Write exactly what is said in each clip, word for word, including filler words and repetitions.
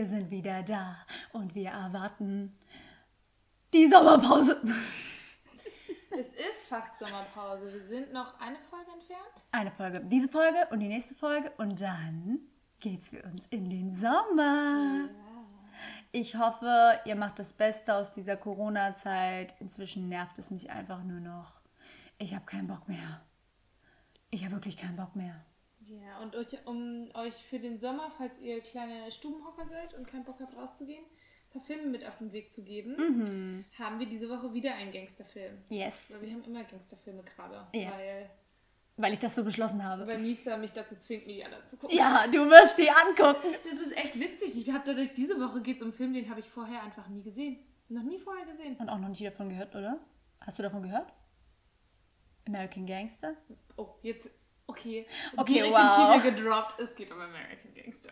wir sind wieder da und wir erwarten die Sommerpause. Es ist fast Sommerpause. Wir sind noch eine Folge entfernt. Eine Folge. Diese Folge und die nächste Folge und dann geht's für uns in den Sommer. Ja. Ich hoffe, ihr macht das Beste aus dieser Corona-Zeit. Inzwischen nervt es mich einfach nur noch. Ich habe keinen Bock mehr. Ich habe wirklich keinen Bock mehr. Ja, und euch, um euch für den Sommer, falls ihr kleine Stubenhocker seid und keinen Bock habt rauszugehen, ein paar Filme mit auf den Weg zu geben, mhm. haben wir diese Woche wieder einen Gangsterfilm. Yes. Weil wir haben immer Gangsterfilme gerade. Ja. Weil, weil ich das so beschlossen habe. Weil Nisa mich dazu zwingt, mir die anderen zu gucken. Ja, du wirst die angucken. Das ist echt witzig. Ich habe dadurch, diese Woche geht es um einen Film, den habe ich vorher einfach nie gesehen. Noch nie vorher gesehen. Und auch noch nie davon gehört, oder? Hast du davon gehört? American Gangster? Oh, jetzt... Okay, okay, direkt wow. den Titel gedroppt. Es geht um American Gangster.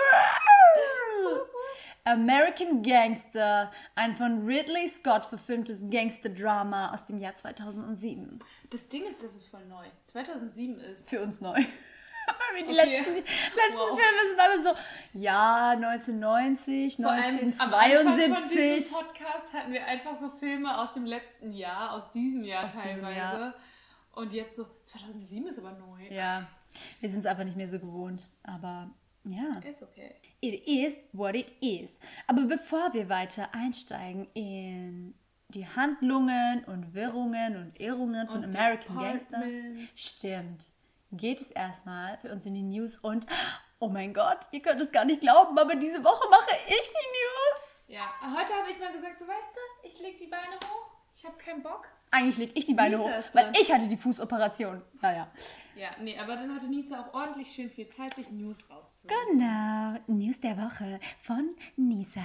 American Gangster, ein von Ridley Scott verfilmtes Gangster-Drama aus dem Jahr zweitausendsieben. Das Ding ist, das ist voll neu. zweitausendsieben ist... Für uns neu. Die okay. letzten, letzten wow. Filme sind alle so, ja, neunzehnhundertneunzig, Vor neunzehnhundertzweiundsiebzig. Am Anfang von diesem Podcast hatten wir einfach so Filme aus dem letzten Jahr, aus diesem Jahr aus teilweise. Diesem Jahr. Und jetzt so, zweitausendsieben ist aber neu. Ja, wir sind es einfach nicht mehr so gewohnt. Aber ja. Ist okay. It is what it is. Aber bevor wir weiter einsteigen in die Handlungen und Wirrungen und Irrungen von und American Gangster, stimmt, geht es erstmal für uns in die News und oh mein Gott, ihr könnt es gar nicht glauben, aber diese Woche mache ich die News. Ja, heute habe ich mal gesagt, so weißt du, ich lege die Beine hoch, ich habe keinen Bock. Eigentlich lege ich die Beine Nisa hoch, weil ich hatte die Fußoperation. Naja. Ja, nee, aber dann hatte Nisa auch ordentlich schön viel Zeit, sich News rauszuholen. Genau, News der Woche von Nisa.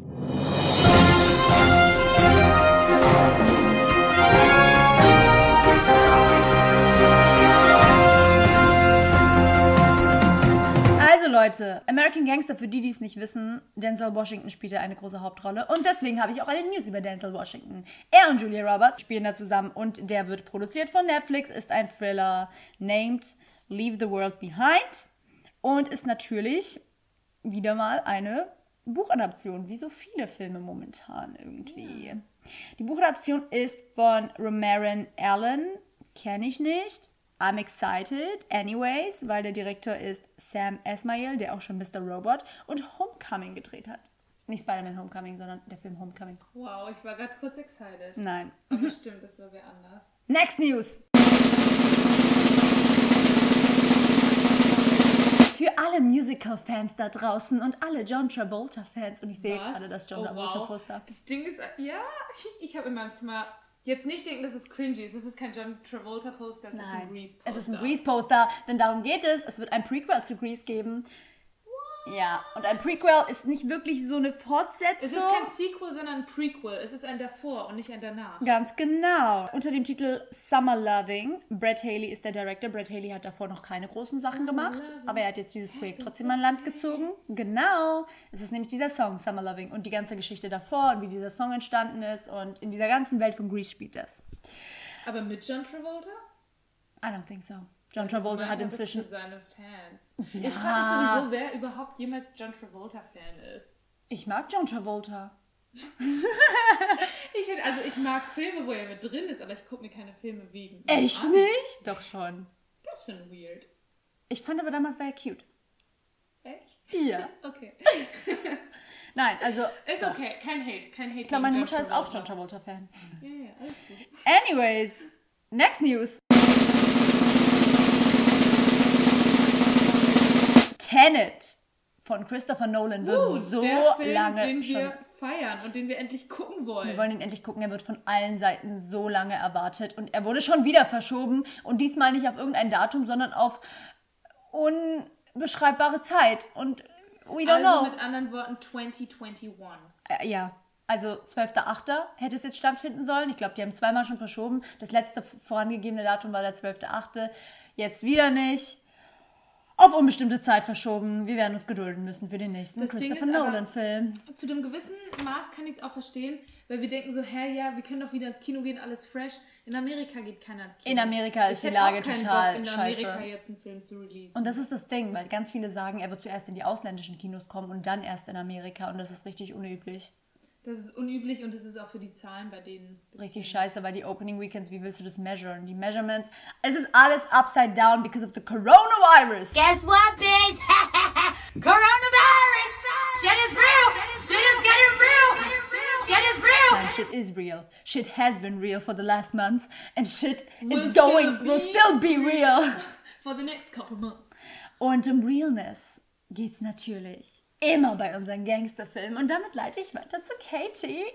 Also Leute, American Gangster, für die, die es nicht wissen, Denzel Washington spielte eine große Hauptrolle und deswegen habe ich auch eine News über Denzel Washington. Er und Julia Roberts spielen da zusammen und der wird produziert von Netflix, ist ein Thriller named Leave the World Behind und ist natürlich wieder mal eine Buchadaption, wie so viele Filme momentan irgendwie. Ja. Die Buchadaption ist von Romarin Allen, kenne ich nicht. I'm excited, anyways, weil der Direktor ist Sam Esmail, der auch schon Mister Robot und Homecoming gedreht hat. Nicht Spider-Man Homecoming, sondern der Film Homecoming. Wow, ich war gerade kurz excited. Nein. Aber stimmt, das war wer anders. Next News. Für alle Musical-Fans da draußen und alle John Travolta-Fans. Und ich sehe gerade das John oh, Travolta-Poster. Wow. Das Ding ist, ja, ich habe in meinem Zimmer... Jetzt nicht denken, dass es cringy ist. Es ist kein John Travolta-Poster, es Nein. ist ein Grease-Poster. Es ist ein Grease-Poster, denn darum geht es. Es wird ein Prequel zu Grease geben. What? Ja, und ein Prequel ist nicht wirklich so eine Fortsetzung. Es ist kein Sequel, sondern ein Prequel. Es ist ein davor und nicht ein danach. Ganz genau. Unter dem Titel Summer Loving. Brett Haley ist der Director. Brett Haley hat davor noch keine großen Sachen Summer gemacht, Loving. aber er hat jetzt dieses Projekt trotzdem an Land gezogen. Genau. Es ist nämlich dieser Song Summer Loving und die ganze Geschichte davor und wie dieser Song entstanden ist und in dieser ganzen Welt von Grease spielt das. Aber mit John Travolta? I don't think so. John Travolta hat inzwischen... Für seine Fans. Ja. Ich frage mich sowieso, wer überhaupt jemals John Travolta-Fan ist. Ich mag John Travolta. ich find, also ich mag Filme, wo er mit drin ist, aber ich gucke mir keine Filme wegen ihm Echt an. nicht? Doch schon. Das ist schon weird. Ich fand aber damals war er cute. Echt? Ja. Okay. Nein, also... Ist doch. Okay, kein Hate, kein Hate. Ich glaube, meine John Mutter Travolta. ist auch John Travolta-Fan. Ja, ja, alles gut. Anyways, next news. Tenet von Christopher Nolan wird uh, so der Film, lange den schon... wir feiern und den wir endlich gucken wollen. Wir wollen ihn endlich gucken. Er wird von allen Seiten so lange erwartet und er wurde schon wieder verschoben und diesmal nicht auf irgendein Datum, sondern auf unbeschreibbare Zeit und we don't also know. mit anderen Worten zwanzig einundzwanzig. Äh, ja, also zwölfter achter hätte es jetzt stattfinden sollen. Ich glaube, die haben zweimal schon verschoben. Das letzte vorangegebene Datum war der zwölfter achte Jetzt wieder nicht. auf unbestimmte Zeit verschoben. Wir werden uns gedulden müssen für den nächsten Das Christopher Ding ist Nolan-Film. Zu dem gewissen Maß kann ich es auch verstehen, weil wir denken so, hä, ja, wir können doch wieder ins Kino gehen, alles fresh. In Amerika geht keiner ins Kino. In Amerika ist ich die hätte Lage auch keinen total Bock, in scheiße. Amerika jetzt einen Film zu releasen. Und das ist das Ding, weil ganz viele sagen, er wird zuerst in die ausländischen Kinos kommen und dann erst in Amerika. Und das ist richtig unüblich. Das ist unüblich und das ist auch für die Zahlen bei denen. Richtig scheiße, weil die Opening Weekends, wie willst du das measuren? Die Measurements, es ist alles upside down because of the coronavirus. Guess what, bitch? Coronavirus! Shit is real! Shit is getting real! Shit is real! And shit is real. Shit has been real for the last months and shit Will is still going, be- will still be real. For the next couple months. Und um Realness geht's natürlich immer bei unseren Gangsterfilmen. Und damit leite ich weiter zu Katie.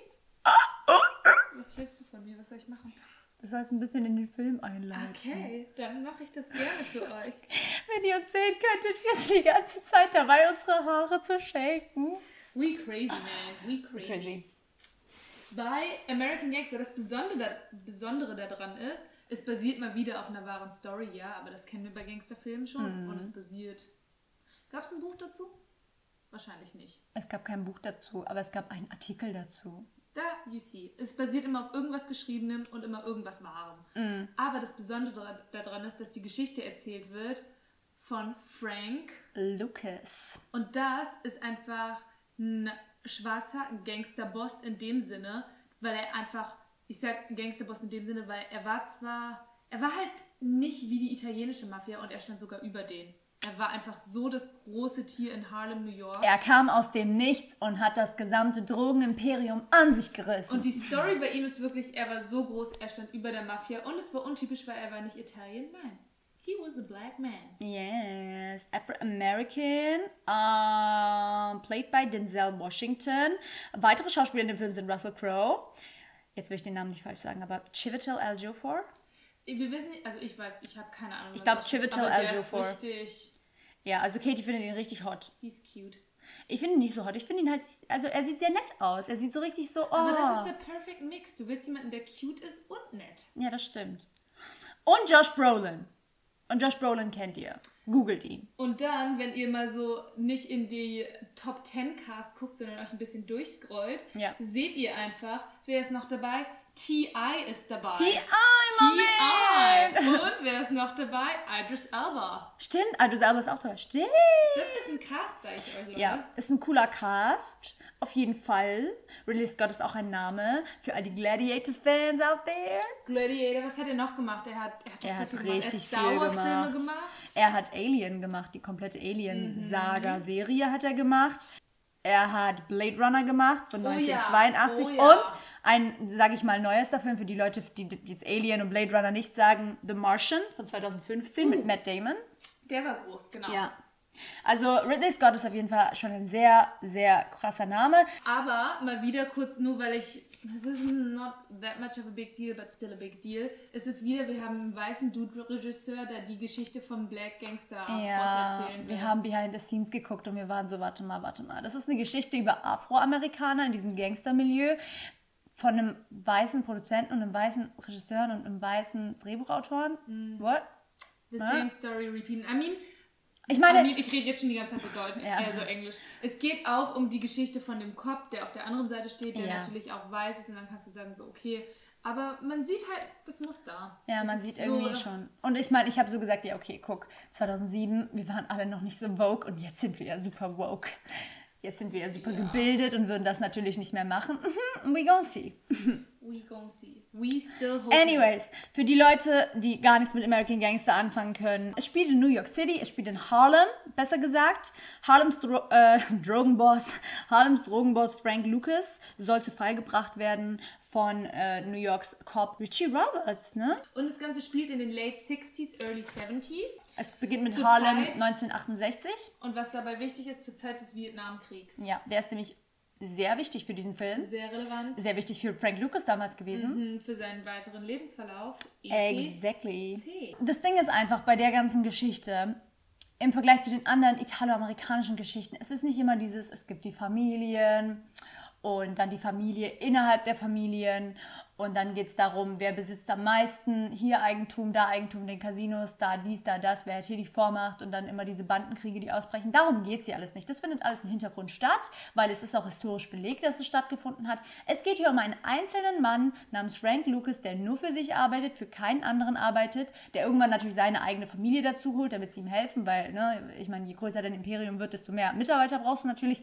Was willst du von mir? Was soll ich machen? Das heißt, ein bisschen in den Film einleiten. Okay, dann mache ich das gerne für euch. Wenn ihr uns sehen könntet, wir sind die ganze Zeit dabei, unsere Haare zu shaken. We crazy, man. We crazy. Crazy. Bei American Gangster, das Besondere, da, Besondere daran ist, es basiert mal wieder auf einer wahren Story, ja, aber das kennen wir bei Gangsterfilmen schon. Mhm. Und es basiert... Gab es ein Buch dazu? Wahrscheinlich nicht. Es gab kein Buch dazu, aber es gab einen Artikel dazu. Da, you see. Es basiert immer auf irgendwas Geschriebenem und immer irgendwas Wahrem. Mhm. Aber das Besondere daran ist, dass die Geschichte erzählt wird von Frank. Lucas. Und das ist einfach ein schwarzer Gangsterboss in dem Sinne, weil er einfach, ich sag Gangsterboss in dem Sinne, weil er war zwar, er war halt nicht wie die italienische Mafia und er stand sogar über denen. Er war einfach so das große Tier in Harlem, New York. Er kam aus dem Nichts und hat das gesamte Drogenimperium an sich gerissen. Und die Story bei ihm ist wirklich, er war so groß, er stand über der Mafia und es war untypisch, weil er war nicht Italien, nein. He was a black man. Yes, Afro-American, um, played by Denzel Washington. Weitere Schauspieler in dem Film sind Russell Crowe. Jetzt will ich den Namen nicht falsch sagen, aber Chiwetel Ejiofor. Wir wissen nicht, also ich weiß, ich habe keine Ahnung. Ich was glaube, das ist, Chiwetel aber der Ejiofor. ist richtig, Ja, also Katie findet ihn richtig hot. he's cute. Ich finde ihn nicht so hot. Ich finde ihn halt, also er sieht sehr nett aus. Er sieht so richtig so, oh. Aber das ist der perfect mix. Du willst jemanden, der cute ist und nett. Ja, das stimmt. Und Josh Brolin. Und Josh Brolin kennt ihr. Googelt ihn. Und dann, wenn ihr mal so nicht in die Top zehn Cast guckt, sondern euch ein bisschen durchscrollt, Ja. seht ihr einfach, wer ist noch dabei? T I ist dabei. T I, my T I. man! Und wer ist noch dabei? Idris Elba. Stimmt, Idris Elba ist auch dabei. Stimmt. Das ist ein Cast, sag ich euch, Leute. Ja, ist ein cooler Cast. Auf jeden Fall. Ridley Scott ist auch ein Name für all die Gladiator-Fans out there. Gladiator, was hat er noch gemacht? Er hat, er hat, Er hat Filme gemacht. richtig er hat Star viel Wars gemacht. Filme gemacht. Er hat Alien gemacht, die komplette Alien-Saga-Serie hat er gemacht. Er hat Blade Runner gemacht von Oh ja, neunzehnhundertzweiundachtzig oh ja. und ein, sage ich mal, neuester Film für die Leute, die jetzt Alien und Blade Runner nicht sagen, The Martian von zweitausendfünfzehn Uh. mit Matt Damon. Der war groß, genau. Ja. Also Ridley Scott ist auf jeden Fall schon ein sehr, sehr krasser Name. Aber mal wieder kurz, nur weil ich, this is not that much of a big deal, but still a big deal. Es ist wieder, wir haben einen weißen Dude-Regisseur, der die Geschichte vom Black Gangster-Boss Ja, erzählen will. wir haben Behind the Scenes geguckt und wir waren so, warte mal, warte mal. Das ist eine Geschichte über Afroamerikaner in diesem Gangstermilieu von einem weißen Produzenten und einem weißen Regisseur und einem weißen Drehbuchautoren. What? The Ja. same story repeating. I mean, Ich meine, I mean, ich rede jetzt schon die ganze Zeit bedeutend, Ja. eher so Englisch. Es geht auch um die Geschichte von dem Cop, der auf der anderen Seite steht, der Ja. natürlich auch weiß ist und dann kannst du sagen so, okay, aber man sieht halt das Muster. ja, Es man ist sieht so- irgendwie schon. Und ich meine, ich habe so gesagt, ja, okay, guck, zweitausendsieben, wir waren alle noch nicht so woke und jetzt sind wir ja super woke. Jetzt sind wir ja super Ja. gebildet und würden das natürlich nicht mehr machen. Mhm, we gonna see. We gonna see. We still hope. Anyways, für die Leute, die gar nichts mit American Gangster anfangen können, es spielt in New York City, es spielt in Harlem, besser gesagt. Harlems Dro äh, Drogenboss, Harlems Drogenboss Frank Lucas soll zu Fall gebracht werden von äh, New Yorks Cop Richie Roberts, ne? Und das Ganze spielt in den late sixties, early seventies. Es beginnt mit Zur Harlem Zeit- neunzehnhundertachtundsechzig. Und was dabei wichtig ist, zur Zeit des Vietnamkriegs. Ja, der ist nämlich sehr wichtig für diesen Film. Sehr relevant Sehr wichtig für Frank Lucas damals gewesen. mhm, für seinen weiteren Lebensverlauf. E T Exactly. C. Das Ding ist einfach bei der ganzen Geschichte, im Vergleich zu den anderen italoamerikanischen Geschichten, es ist nicht immer dieses, es gibt die Familien und dann die Familie innerhalb der Familien Und dann geht es darum, wer besitzt am meisten, hier Eigentum, da Eigentum in den Casinos, da dies, da das, wer hat hier die Vormacht und dann immer diese Bandenkriege, die ausbrechen. Darum geht es hier alles nicht. Das findet alles im Hintergrund statt, weil es ist auch historisch belegt, dass es stattgefunden hat. Es geht hier um einen einzelnen Mann namens Frank Lucas, der nur für sich arbeitet, für keinen anderen arbeitet, der irgendwann natürlich seine eigene Familie dazu holt, damit sie ihm helfen, weil, ne, ich meine, je größer dein Imperium wird, desto mehr Mitarbeiter brauchst du natürlich.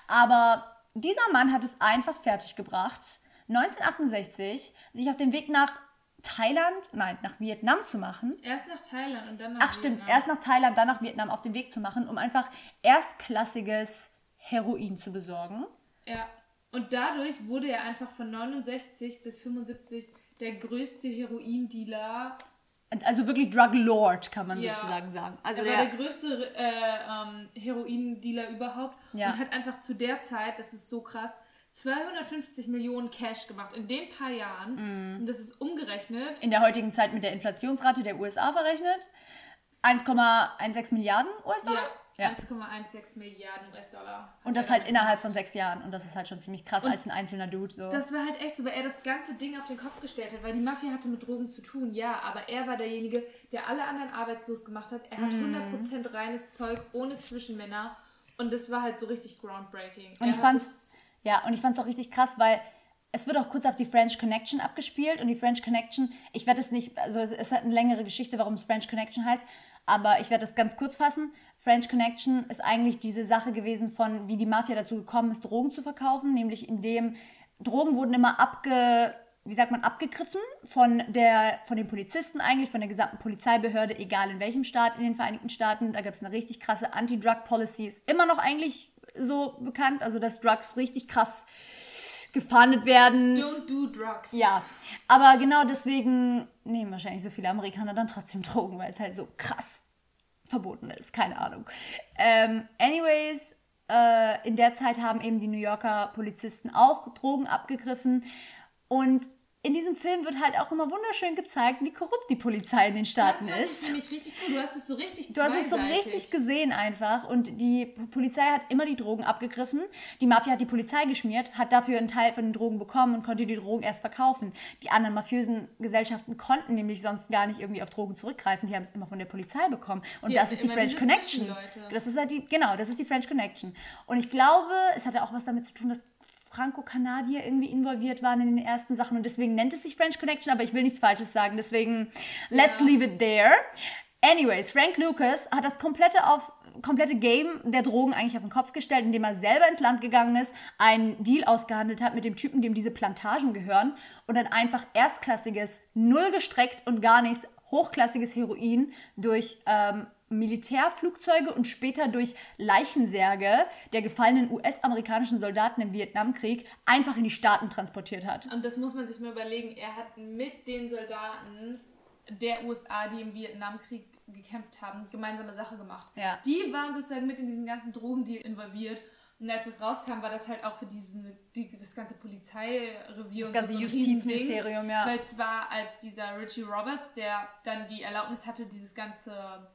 Aber dieser Mann hat es einfach fertiggebracht, neunzehnhundertachtundsechzig sich auf den Weg nach Thailand, nein, nach Vietnam zu machen. Erst nach Thailand und dann nach Ach stimmt, Vietnam. erst nach Thailand, dann nach Vietnam auf den Weg zu machen, um einfach erstklassiges Heroin zu besorgen. Ja, und dadurch wurde er einfach von neunundsechzig bis fünfundsiebzig der größte Heroindealer. Also wirklich Drug Lord, kann man Ja. sozusagen sagen. Also er war der, der größte äh, ähm, Heroindealer überhaupt Ja. und hat einfach zu der Zeit, das ist so krass, zweihundertfünfzig Millionen Cash gemacht in den paar Jahren. Mm. Und das ist umgerechnet. in der heutigen Zeit mit der Inflationsrate der U S A verrechnet, eins Komma sechzehn Milliarden U S-Dollar. Ja, eins Komma sechzehn Milliarden U S-Dollar. Und das halt innerhalb von sechs Jahren. Und das ist halt schon ziemlich krass Und als ein einzelner Dude. So. Das war halt echt so, weil er das ganze Ding auf den Kopf gestellt hat, weil die Mafia hatte mit Drogen zu tun, ja, aber er war derjenige, der alle anderen arbeitslos gemacht hat. Er hat Mhm. hundert Prozent reines Zeug, ohne Zwischenmänner und das war halt so richtig groundbreaking. Und Er ich hat fand's, ja, und ich fand's auch richtig krass, weil es wird auch kurz auf die French Connection abgespielt und die French Connection, ich werde es nicht, also es ist halt eine längere Geschichte, warum es French Connection heißt, aber ich werde das ganz kurz fassen. French Connection ist eigentlich diese Sache gewesen von, wie die Mafia dazu gekommen ist, Drogen zu verkaufen, nämlich indem Drogen wurden immer abge, wie sagt man, abgegriffen von der, von den Polizisten eigentlich, von der gesamten Polizeibehörde, egal in welchem Staat in den Vereinigten Staaten. Da gab es eine richtig krasse Anti-Drug-Policy, ist immer noch eigentlich so bekannt, also dass Drugs richtig krass gefahndet werden. Don't do drugs. Ja, aber genau deswegen nehmen wahrscheinlich so viele Amerikaner dann trotzdem Drogen, weil es halt so krass verboten ist. Keine Ahnung. Ähm, anyways, äh, in der Zeit haben eben die New Yorker Polizisten auch Drogen abgegriffen und in diesem Film wird halt auch immer wunderschön gezeigt, wie korrupt die Polizei in den Staaten Das fand ist. ich nämlich richtig cool. Du hast es so richtig Du hast es so zweiseitig. richtig gesehen einfach und die Polizei hat immer die Drogen abgegriffen. Die Mafia hat die Polizei geschmiert, hat dafür einen Teil von den Drogen bekommen und konnte die Drogen erst verkaufen. Die anderen mafiösen Gesellschaften konnten nämlich sonst gar nicht irgendwie auf Drogen zurückgreifen. Die haben es immer von der Polizei bekommen. Und Die das hatten ist die immer French diese Connection. Zwischenleute. Das ist halt die, genau, das ist die French Connection. Und ich glaube, es hatte auch was damit zu tun, dass Franco-Kanadier irgendwie involviert waren in den ersten Sachen und deswegen nennt es sich French Connection, aber ich will nichts Falsches sagen, deswegen let's Ja. leave it there. Anyways, Frank Lucas hat das komplette, auf, komplette Game der Drogen eigentlich auf den Kopf gestellt, indem er selber ins Land gegangen ist, einen Deal ausgehandelt hat mit dem Typen, dem diese Plantagen gehören und dann einfach erstklassiges, null gestreckt und gar nichts, hochklassiges Heroin durch ähm, Militärflugzeuge und später durch Leichensärge der gefallenen U S-amerikanischen Soldaten im Vietnamkrieg einfach in die Staaten transportiert hat. Und das muss man sich mal überlegen. Er hat mit den Soldaten der U S A, die im Vietnamkrieg gekämpft haben, gemeinsame Sache gemacht. Ja. Die waren sozusagen mit in diesen ganzen Drogendeal involviert. Und als es rauskam, war das halt auch für diesen, die, das ganze Polizeirevier Das und ganze so ein Justizministerium, Riesending. ja. Weil es war, als dieser Richie Roberts, der dann die Erlaubnis hatte, dieses ganze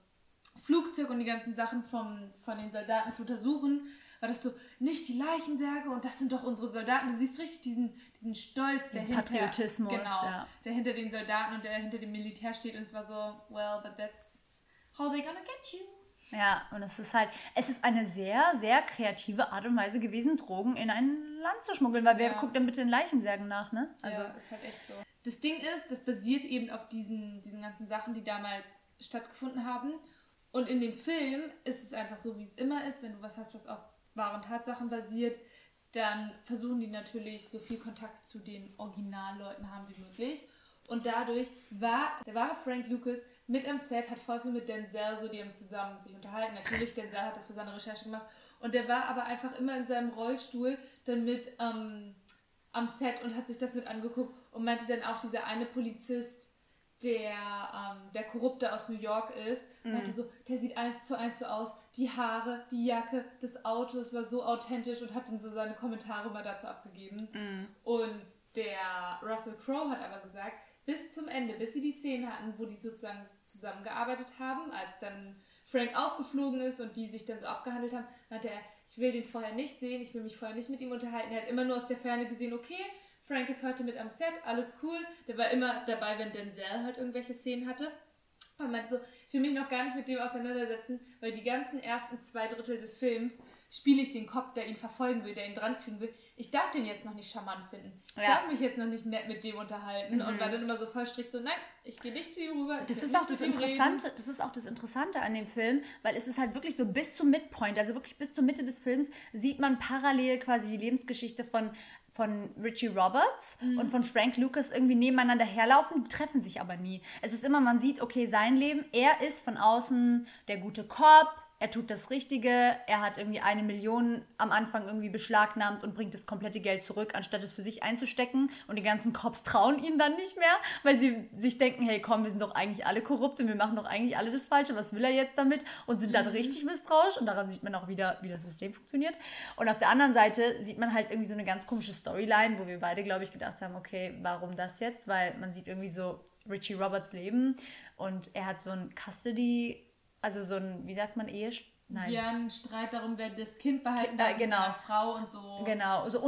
Flugzeug und die ganzen Sachen vom, von den Soldaten zu untersuchen, war das so, nicht die Leichensärge und das sind doch unsere Soldaten. Du siehst richtig diesen, diesen Stolz, der hinter, Patriotismus, genau, ja. der hinter den Soldaten und der hinter dem Militär steht und es war so, well, but that's how they gonna get you. Ja, und es ist halt, es ist eine sehr, sehr kreative Art und Weise gewesen, Drogen in ein Land zu schmuggeln, weil wer Ja. guckt denn bitte in Leichensärgen nach, ne? Also, Ja, ist halt echt so. Das Ding ist, das basiert eben auf diesen, diesen ganzen Sachen, die damals stattgefunden haben. Und in dem Film ist es einfach so, wie es immer ist, wenn du was hast, was auf wahren Tatsachen basiert, dann versuchen die natürlich so viel Kontakt zu den Originalleuten haben wie möglich. Und dadurch war der wahre Frank Lucas mit am Set, hat voll viel mit Denzel, so die haben zusammen sich unterhalten. Natürlich, Denzel hat das für seine Recherche gemacht. Und der war aber einfach immer in seinem Rollstuhl dann mit ähm, am Set und hat sich das mit angeguckt und meinte dann auch, dieser eine Polizist, der, ähm, der Korrupte aus New York ist, meinte so, der sieht eins zu eins so aus, die Haare, die Jacke, das Auto, es war so authentisch und hat dann so seine Kommentare mal dazu abgegeben. mm. Und der Russell Crowe hat aber gesagt, bis zum Ende, bis sie die Szene hatten, wo die sozusagen zusammengearbeitet haben, als dann Frank aufgeflogen ist und die sich dann so abgehandelt haben, meinte er, ich will den vorher nicht sehen, ich will mich vorher nicht mit ihm unterhalten. Er hat immer nur aus der Ferne gesehen, okay, Frank ist heute mit am Set, alles cool. Der war immer dabei, wenn Denzel halt irgendwelche Szenen hatte. Und meinte so, ich will mich noch gar nicht mit dem auseinandersetzen, weil die ganzen ersten zwei Drittel des Films spiele ich den Cop, der ihn verfolgen will, der ihn dran kriegen will. Ich darf den jetzt noch nicht charmant finden. Ich Ja. darf mich jetzt noch nicht nett mit dem unterhalten. Mhm. Und war dann immer so voll strikt so, nein, ich gehe nicht zu ihm rüber. Ich Das will ist nicht auch das mit ihm Interessante, das ist auch das Interessante an dem Film, weil es ist halt wirklich so bis zum Midpoint, also wirklich bis zur Mitte des Films sieht man parallel quasi die Lebensgeschichte von von Richie Roberts mhm. und von Frank Lucas irgendwie nebeneinander herlaufen, die treffen sich aber nie. Es ist immer, man sieht, okay, sein Leben, er ist von außen der gute Cop, er tut das Richtige, er hat irgendwie eine Million am Anfang irgendwie beschlagnahmt und bringt das komplette Geld zurück, anstatt es für sich einzustecken. Und die ganzen Cops trauen ihm dann nicht mehr, weil sie sich denken, hey komm, wir sind doch eigentlich alle korrupt und wir machen doch eigentlich alle das Falsche, was will er jetzt damit? Und sind dann mhm. richtig misstrauisch und daran sieht man auch wieder, wie das System funktioniert. Und auf der anderen Seite sieht man halt irgendwie so eine ganz komische Storyline, wo wir beide, glaube ich, gedacht haben, okay, warum das jetzt? Weil man sieht irgendwie so Richie Roberts Leben und er hat so ein Custody... Also so ein, wie sagt man, Ehe? Nein. Ja, ein Streit darum, wer das Kind behalten Ki- äh, darf, genau. mit seiner Frau und so. Genau, so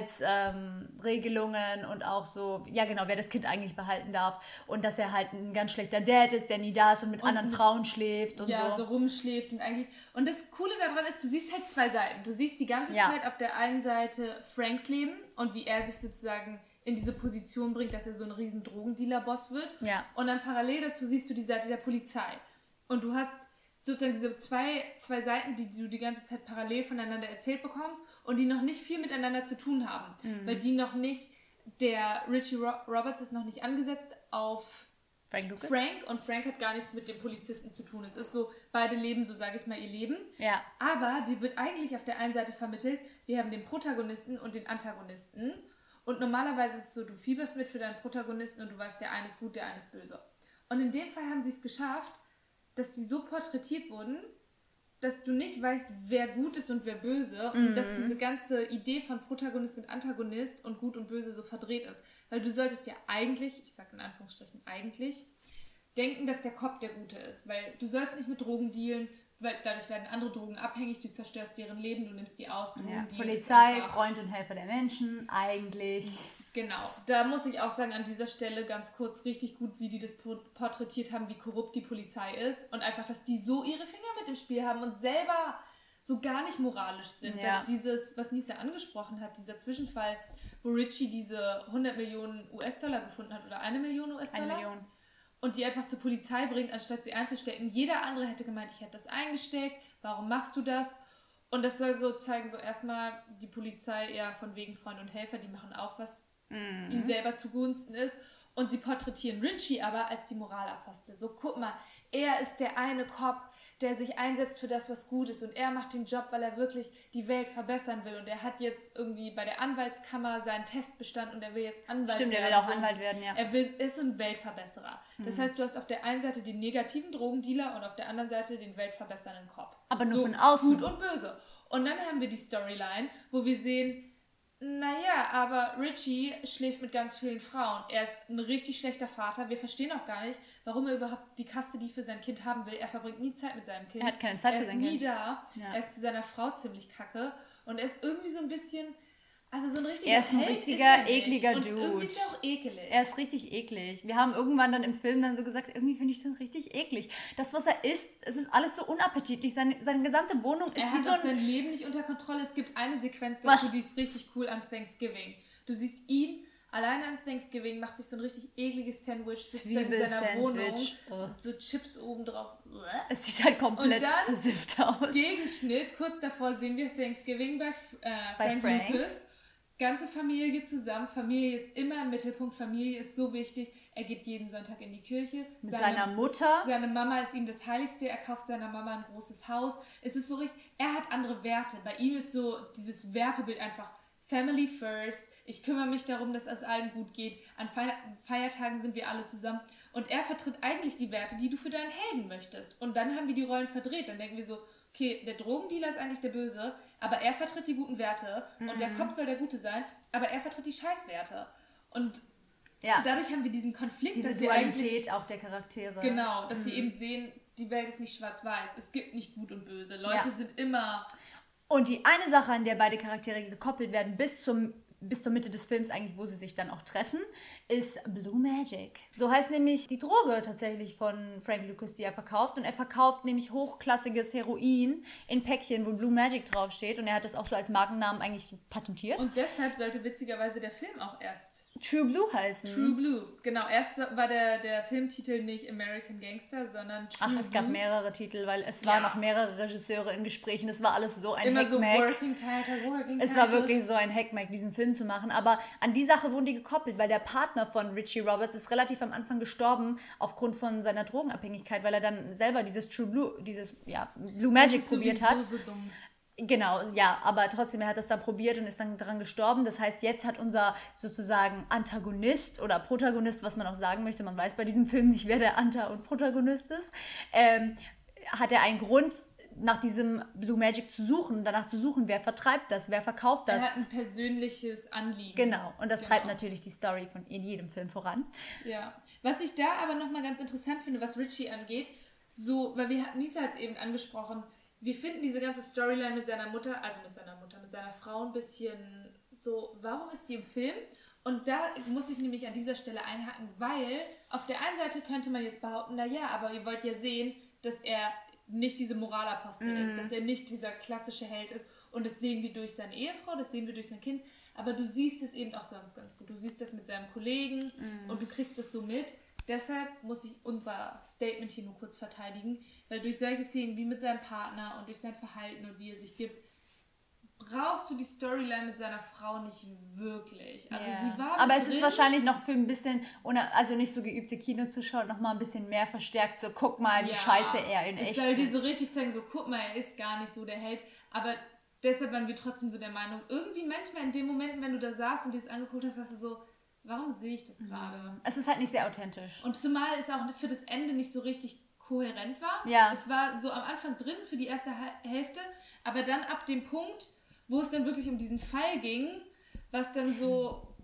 Unterhaltsregelungen ähm, und auch so, ja genau, wer das Kind eigentlich behalten darf. Und dass er halt ein ganz schlechter Dad ist, der nie da ist und mit und anderen Frauen schläft und ja, so. Ja, so rumschläft und eigentlich... Und das Coole daran ist, du siehst halt zwei Seiten. Du siehst die ganze ja. Zeit auf der einen Seite Franks Leben und wie er sich sozusagen in diese Position bringt, dass er so ein riesen Drogendealer-Boss wird. Ja. Und dann parallel dazu siehst du die Seite der Polizei. Und du hast sozusagen diese zwei, zwei Seiten, die du die ganze Zeit parallel voneinander erzählt bekommst und die noch nicht viel miteinander zu tun haben. Mhm. Weil die noch nicht, der Richie Ro- Roberts ist noch nicht angesetzt auf Frank Lucas. Frank und Frank hat gar nichts mit dem Polizisten zu tun. Es ist so, beide leben, so sage ich mal, ihr Leben. Ja. Aber die wird eigentlich auf der einen Seite vermittelt, wir haben den Protagonisten und den Antagonisten. Und normalerweise ist es so, du fieberst mit für deinen Protagonisten und du weißt, der eine ist gut, der eine ist böse. Und in dem Fall haben sie es geschafft, dass die so porträtiert wurden, dass du nicht weißt, wer gut ist und wer böse mhm. und dass diese ganze Idee von Protagonist und Antagonist und gut und böse so verdreht ist. Weil du solltest ja eigentlich, ich sage in Anführungsstrichen eigentlich, denken, dass der Cop der Gute ist. Weil du sollst nicht mit Drogen dealen, weil dadurch werden andere Drogen abhängig, du zerstörst deren Leben, du nimmst die aus. Ja, Polizei, Freund und Helfer der Menschen, eigentlich. Genau, da muss ich auch sagen, an dieser Stelle ganz kurz richtig gut, wie die das porträtiert haben, wie korrupt die Polizei ist und einfach, dass die so ihre Finger mit im Spiel haben und selber so gar nicht moralisch sind. Ja. Dieses, was Nisa angesprochen hat, dieser Zwischenfall, wo Richie diese hundert Millionen U S-Dollar gefunden hat oder eine Million U S-Dollar. Eine Million. Und die einfach zur Polizei bringt, anstatt sie einzustecken. Jeder andere hätte gemeint, ich hätte das eingesteckt, warum machst du das? Und das soll so zeigen, so erstmal die Polizei eher von wegen Freund und Helfer, die machen auch, was mhm. ihnen selber zugunsten ist. Und sie porträtieren Richie aber als die Moralapostel. So, guck mal, er ist der eine Cop, der sich einsetzt für das, was gut ist. Und er macht den Job, weil er wirklich die Welt verbessern will. Und er hat jetzt irgendwie bei der Anwaltskammer seinen Test bestanden und er will jetzt Anwalt Stimmt, werden. Stimmt, er will auch so, Anwalt werden, ja. Er will, ist so ein Weltverbesserer. Mhm. Das heißt, du hast auf der einen Seite den negativen Drogendealer und auf der anderen Seite den weltverbessernden Cop. Aber nur so, von außen. Gut und böse. Und dann haben wir die Storyline, wo wir sehen, naja, aber Richie schläft mit ganz vielen Frauen. Er ist ein richtig schlechter Vater. Wir verstehen auch gar nicht, warum er überhaupt die Custody für sein Kind haben will. Er verbringt nie Zeit mit seinem Kind. Er hat keine Zeit für sein Kind. Er ist nie da. Ja. Er ist zu seiner Frau ziemlich kacke. Und er ist irgendwie so ein bisschen... Also so ein richtiger Er ist ein Held richtiger, ist er ekliger und Dude. Irgendwie ist er auch ekelig. Er ist richtig eklig. Wir haben irgendwann dann im Film dann so gesagt, irgendwie finde ich das richtig eklig. Das, was er isst, es ist alles so unappetitlich. Seine, seine gesamte Wohnung ist er wie hat so auch ein... sein Leben nicht unter Kontrolle. Es gibt eine Sequenz dazu, die ist richtig cool an Thanksgiving. Du siehst ihn alleine an Thanksgiving, macht sich so ein richtig ekliges Sandwich, sitzt da in seiner Wohnung, oh. so Chips oben drauf. Es sieht halt komplett und dann, versifft aus. Gegenschnitt, kurz davor sehen wir Thanksgiving bei, äh, bei Frank, Frank Lucas. Ganze Familie zusammen. Familie ist immer im Mittelpunkt. Familie ist so wichtig. Er geht jeden Sonntag in die Kirche. Mit seine, seiner Mutter. Seine Mama ist ihm das Heiligste. Er kauft seiner Mama ein großes Haus. Es ist so richtig, er hat andere Werte. Bei ihm ist so dieses Wertebild einfach Family first. Ich kümmere mich darum, dass es allen gut geht. An Feiertagen sind wir alle zusammen. Und er vertritt eigentlich die Werte, die du für deinen Helden möchtest. Und dann haben wir die Rollen verdreht. Dann denken wir so, okay, der Drogendealer ist eigentlich der Böse, aber er vertritt die guten Werte mhm. und der Cop soll der Gute sein, aber er vertritt die Scheißwerte. Und ja. dadurch haben wir diesen Konflikt, diese dass Dualität wir eigentlich, auch der Charaktere. Genau, dass mhm. wir eben sehen, die Welt ist nicht schwarz-weiß. Es gibt nicht gut und böse. Leute ja. sind immer... Und die eine Sache, an der beide Charaktere gekoppelt werden, bis zum bis zur Mitte des Films eigentlich, wo sie sich dann auch treffen, ist Blue Magic. So heißt nämlich die Droge tatsächlich von Frank Lucas, die er verkauft. Und er verkauft nämlich hochklassiges Heroin in Päckchen, wo Blue Magic draufsteht. Und er hat das auch so als Markennamen eigentlich so patentiert. Und deshalb sollte witzigerweise der Film auch erst True Blue heißen. True Blue. Genau, erst war der, der Filmtitel nicht American Gangster, sondern True Ach, es gab Blue. mehrere Titel, weil es waren Ja. noch mehrere Regisseure in Gesprächen. Es war alles so ein Immer so Hackmack. Working Title, Working Es Title. war wirklich so ein Hackmack, diesen Film zu machen. Aber an die Sache wurden die gekoppelt, weil der Partner von Richie Roberts ist relativ am Anfang gestorben aufgrund von seiner Drogenabhängigkeit, weil er dann selber dieses True Blue, dieses ja, Blue Magic Das ist probiert sowieso hat. So dumm. Genau, ja, aber trotzdem, er hat das dann probiert und ist dann daran gestorben. Das heißt, jetzt hat unser sozusagen Antagonist oder Protagonist, was man auch sagen möchte, man weiß bei diesem Film nicht, wer der Anta und Protagonist ist, ähm, hat er einen Grund, nach diesem Blue Magic zu suchen, danach zu suchen, wer vertreibt das, wer verkauft das. Er hat ein persönliches Anliegen. Genau, und das Genau. treibt natürlich die Story von in jedem Film voran. Ja. Was ich da aber nochmal ganz interessant finde, was Richie angeht, so, weil wir hatten, Nisa hat es eben angesprochen, wir finden diese ganze Storyline mit seiner Mutter, also mit seiner Mutter, mit seiner Frau ein bisschen so, warum ist die im Film? Und da muss ich nämlich an dieser Stelle einhaken, weil auf der einen Seite könnte man jetzt behaupten, na ja, aber ihr wollt ja sehen, dass er nicht diese Moralapostel Mhm. ist, dass er nicht dieser klassische Held ist. Und das sehen wir durch seine Ehefrau, das sehen wir durch sein Kind. Aber du siehst es eben auch sonst ganz gut. Du siehst das mit seinem Kollegen Mhm. und du kriegst das so mit. Deshalb muss ich unser Statement hier nur kurz verteidigen, weil durch solche Szenen wie mit seinem Partner und durch sein Verhalten und wie er sich gibt, brauchst du die Storyline mit seiner Frau nicht wirklich. Also Ja. sie war Aber mit es ist drin. wahrscheinlich noch für ein bisschen, ohne- also nicht so geübte Kinozuschauer, noch mal ein bisschen mehr verstärkt. So, guck mal, wie Ja, scheiße er in es echt soll dir ist. so richtig zeigen, so guck mal, er ist gar nicht so der Held. Aber deshalb waren wir trotzdem so der Meinung, irgendwie manchmal in den Momenten, wenn du da saßt und dir das angeguckt hast, hast du so, warum sehe ich das gerade? Es ist halt nicht sehr authentisch. Und zumal es auch für das Ende nicht so richtig kohärent war. Ja. Es war so am Anfang drin für die erste Hal- Hälfte, aber dann ab dem Punkt, wo es dann wirklich um diesen Fall ging, was dann so,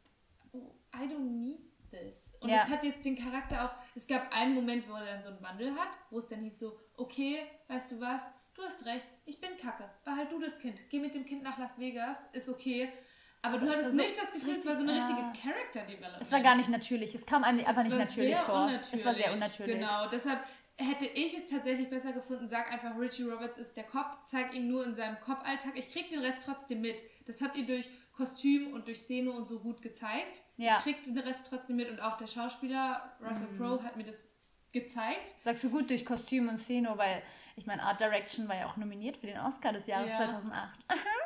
oh, I don't need this. Und Ja. es hat jetzt den Charakter auch, es gab einen Moment, wo er dann so einen Wandel hat, wo es dann hieß so, okay, weißt du was, du hast recht, ich bin kacke, behalt du das Kind, geh mit dem Kind nach Las Vegas, ist okay. Aber du Es hattest war so nicht das Gefühl, es war so eine richtig, richtige ja. Character Development. Es war gar nicht natürlich. Es kam einem einfach Es nicht war natürlich sehr vor. unnatürlich. Es war sehr unnatürlich. Genau, deshalb hätte ich es tatsächlich besser gefunden, sag einfach, Richie Roberts ist der Cop, zeig ihn nur in seinem Cop-Alltag. Ich krieg den Rest trotzdem mit. Das habt ihr durch Kostüm und durch Szene und so gut gezeigt. Ja. Ich krieg den Rest trotzdem mit und auch der Schauspieler Russell Crowe hat mir das gezeigt. Sagst du gut durch Kostüm und Szene, weil ich meine, Art Direction war ja auch nominiert für den Oscar des Jahres Ja. zweitausendacht.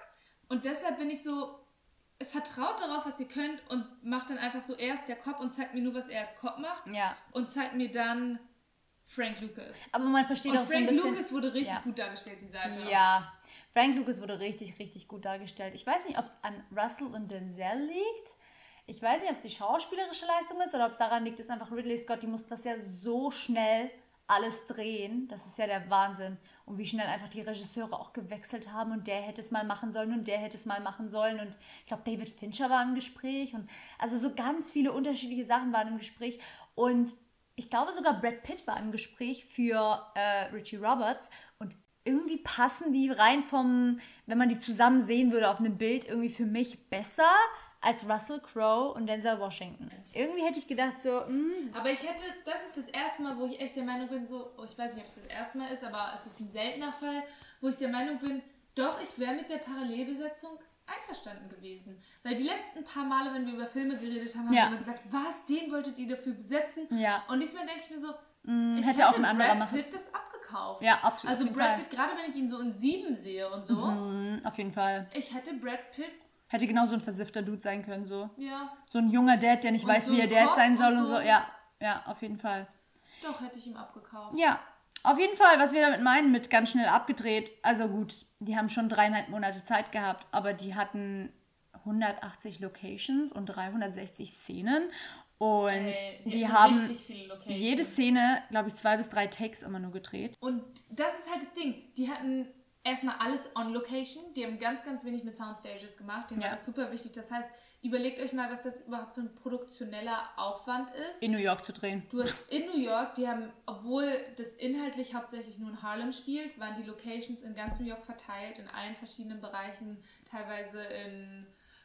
Und deshalb bin ich so, vertraut darauf, was ihr könnt und macht dann einfach so, er ist der Cop und zeigt mir nur, was er als Cop macht. Ja. Und zeigt mir dann Frank Lucas. Aber man versteht Und auch so ein Frank bisschen... Lucas wurde richtig ja. gut dargestellt, die Seite. Ja, Frank Lucas wurde richtig, richtig gut dargestellt. Ich weiß nicht, ob es an Russell und Denzel liegt. Ich weiß nicht, ob es die schauspielerische Leistung ist oder ob es daran liegt, dass einfach Ridley Scott, die mussten das ja so schnell alles drehen. Das ist ja der Wahnsinn. Und wie schnell einfach die Regisseure auch gewechselt haben und der hätte es mal machen sollen und der hätte es mal machen sollen. Und ich glaube, David Fincher war im Gespräch. Und also so ganz viele unterschiedliche Sachen waren im Gespräch. Und ich glaube sogar Brad Pitt war im Gespräch für äh, Richie Roberts. Und irgendwie passen die rein vom, wenn man die zusammen sehen würde auf einem Bild, irgendwie für mich besser als Russell Crowe und Denzel Washington. Irgendwie hätte ich gedacht so, mh, Aber ich hätte, das ist das erste Mal, wo ich echt der Meinung bin, so, oh, ich weiß nicht, ob es das erste Mal ist, aber es ist ein seltener Fall, wo ich der Meinung bin, doch, ich wäre mit der Parallelbesetzung einverstanden gewesen. Weil die letzten paar Male, wenn wir über Filme geredet haben, haben Ja. wir immer gesagt, was, den wolltet ihr dafür besetzen? Ja. Und diesmal denke ich mir so, ich hätte auch ein anderer Brad machen. Pitt das abgekauft. Ja, auf- auf Also jeden Brad Fall. Pitt, gerade wenn ich ihn so in Sieben sehe und so, mh, auf jeden Fall. ich hätte Brad Pitt, Hätte genauso ein versiffter Dude sein können, so. ja, So ein junger Dad, der nicht Und weiß, so wie er ein Dad Cop sein soll und und so. so. Ja, ja, auf jeden Fall. doch, hätte ich ihm abgekauft. Ja, auf jeden Fall, was wir damit meinen, mit ganz schnell abgedreht. Also gut, die haben schon dreieinhalb Monate Zeit gehabt, aber die hatten hundertachtzig Locations und dreihundertsechzig Szenen. Und Ey, die die, hatten haben richtig viele Locations. jede Szene, glaube ich, zwei bis drei Takes immer nur gedreht. Und das ist halt das Ding. Die hatten erstmal alles on Location. Die haben ganz, ganz wenig mit Soundstages gemacht. Denen Ja. war das super wichtig. Das heißt, überlegt euch mal, was das überhaupt für ein produktioneller Aufwand ist. In New York zu drehen. Du hast in New York, die haben, obwohl das inhaltlich hauptsächlich nur in Harlem spielt, waren die Locations in ganz New York verteilt, in allen verschiedenen Bereichen, teilweise in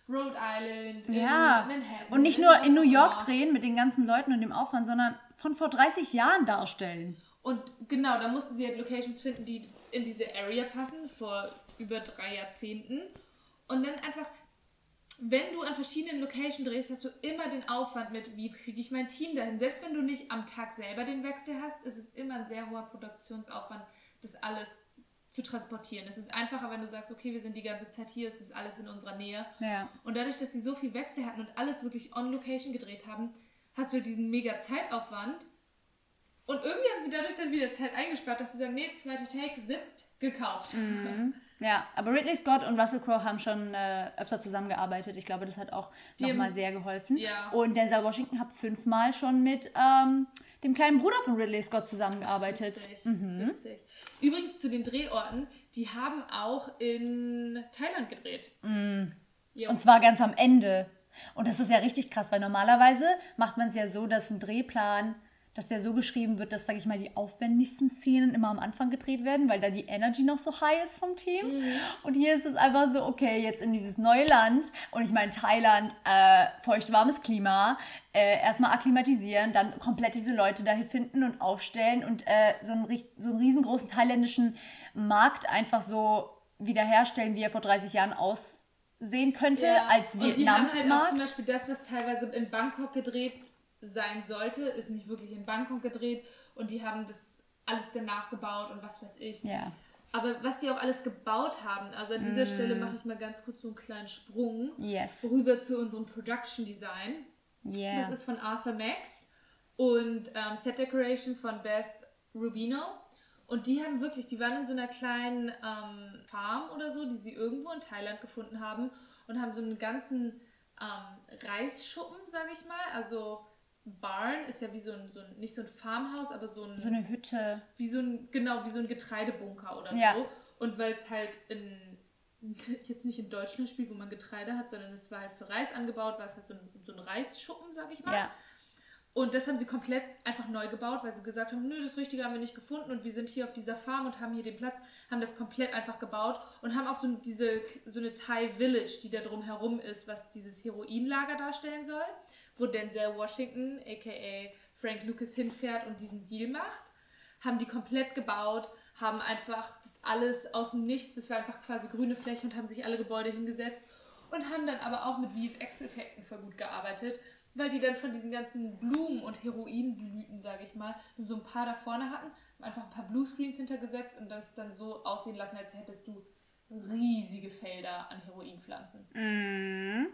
Rhode Island, Ja, in Manhattan. und nicht in nur was in New auch York immer. drehen mit den ganzen Leuten und dem Aufwand, sondern von vor dreißig Jahren darstellen. Und genau, da mussten sie halt Locations finden, die in diese Area passen, vor über drei Jahrzehnten. Und dann einfach, wenn du an verschiedenen Locations drehst, hast du immer den Aufwand mit, wie kriege ich mein Team dahin. Selbst wenn du nicht am Tag selber den Wechsel hast, ist es immer ein sehr hoher Produktionsaufwand, das alles zu transportieren. Es ist einfacher, wenn du sagst, okay, wir sind die ganze Zeit hier, es ist alles in unserer Nähe. Ja. Und dadurch, dass sie so viel Wechsel hatten und alles wirklich on Location gedreht haben, hast du diesen mega Zeitaufwand. Und irgendwie haben sie dadurch dann wieder Zeit eingespart, dass sie sagen, nee, zweiter Take sitzt, gekauft. Mhm. Ja, aber Ridley Scott und Russell Crowe haben schon äh, öfter zusammengearbeitet. Ich glaube, das hat auch nochmal sehr geholfen. Ja. Und Denzel Washington hat fünfmal schon mit ähm, dem kleinen Bruder von Ridley Scott zusammengearbeitet. Witzig, Mhm. witzig. Übrigens zu den Drehorten, die haben auch in Thailand gedreht. Mhm. Jo. Und zwar ganz am Ende. Und das ist ja richtig krass, weil normalerweise macht man es ja so, dass ein Drehplan, dass der so geschrieben wird, dass, sag ich mal, die aufwendigsten Szenen immer am Anfang gedreht werden, weil da die Energy noch so high ist vom Team. Mhm. Und hier ist es einfach so, okay, jetzt in dieses neue Land, und ich meine Thailand, äh, feucht-warmes Klima, äh, erstmal akklimatisieren, dann komplett diese Leute dahin finden und aufstellen und äh, so, einen, so einen riesengroßen thailändischen Markt einfach so wiederherstellen, wie er vor dreißig Jahren aussehen könnte, Ja. als Und die haben halt auch Vietnam-Markt. zum Beispiel das, was teilweise in Bangkok gedreht sein sollte, ist nicht wirklich in Bangkok gedreht, und die haben das alles dann nachgebaut und was weiß ich. Ja. Aber was die auch alles gebaut haben, also an dieser mm. Stelle mache ich mal ganz kurz so einen kleinen Sprung Yes. rüber zu unserem Production Design. Yeah. Das ist von Arthur Max und ähm, Set Decoration von Beth Rubino. Und die haben wirklich, die waren in so einer kleinen ähm, Farm oder so, die sie irgendwo in Thailand gefunden haben, und haben so einen ganzen ähm, Reisschuppen, sage ich mal, also Barn ist ja wie so ein, so ein, nicht so ein Farmhaus, aber so ein... So eine Hütte. Wie so ein, genau, wie so ein Getreidebunker oder Ja. so. Und weil es halt in, jetzt nicht in Deutschland spielt, wo man Getreide hat, sondern es war halt für Reis angebaut, war es halt so ein, so ein Reisschuppen, sag ich mal. Ja. Und das haben sie komplett einfach neu gebaut, weil sie gesagt haben, nö, das Richtige haben wir nicht gefunden und wir sind hier auf dieser Farm und haben hier den Platz, haben das komplett einfach gebaut und haben auch so diese, so eine Thai Village, die da drum herum ist, was dieses Heroinlager darstellen soll, wo Denzel Washington, aka Frank Lucas, hinfährt und diesen Deal macht, haben die komplett gebaut, haben einfach das alles aus dem Nichts, das war einfach quasi grüne Fläche, und haben sich alle Gebäude hingesetzt und haben dann aber auch mit V F X-Effekten voll gut gearbeitet, weil die dann von diesen ganzen Blumen und Heroinblüten, sage ich mal, nur so ein paar da vorne hatten, haben einfach ein paar Bluescreens hintergesetzt und das dann so aussehen lassen, als hättest du riesige Felder an Heroinpflanzen. Mm.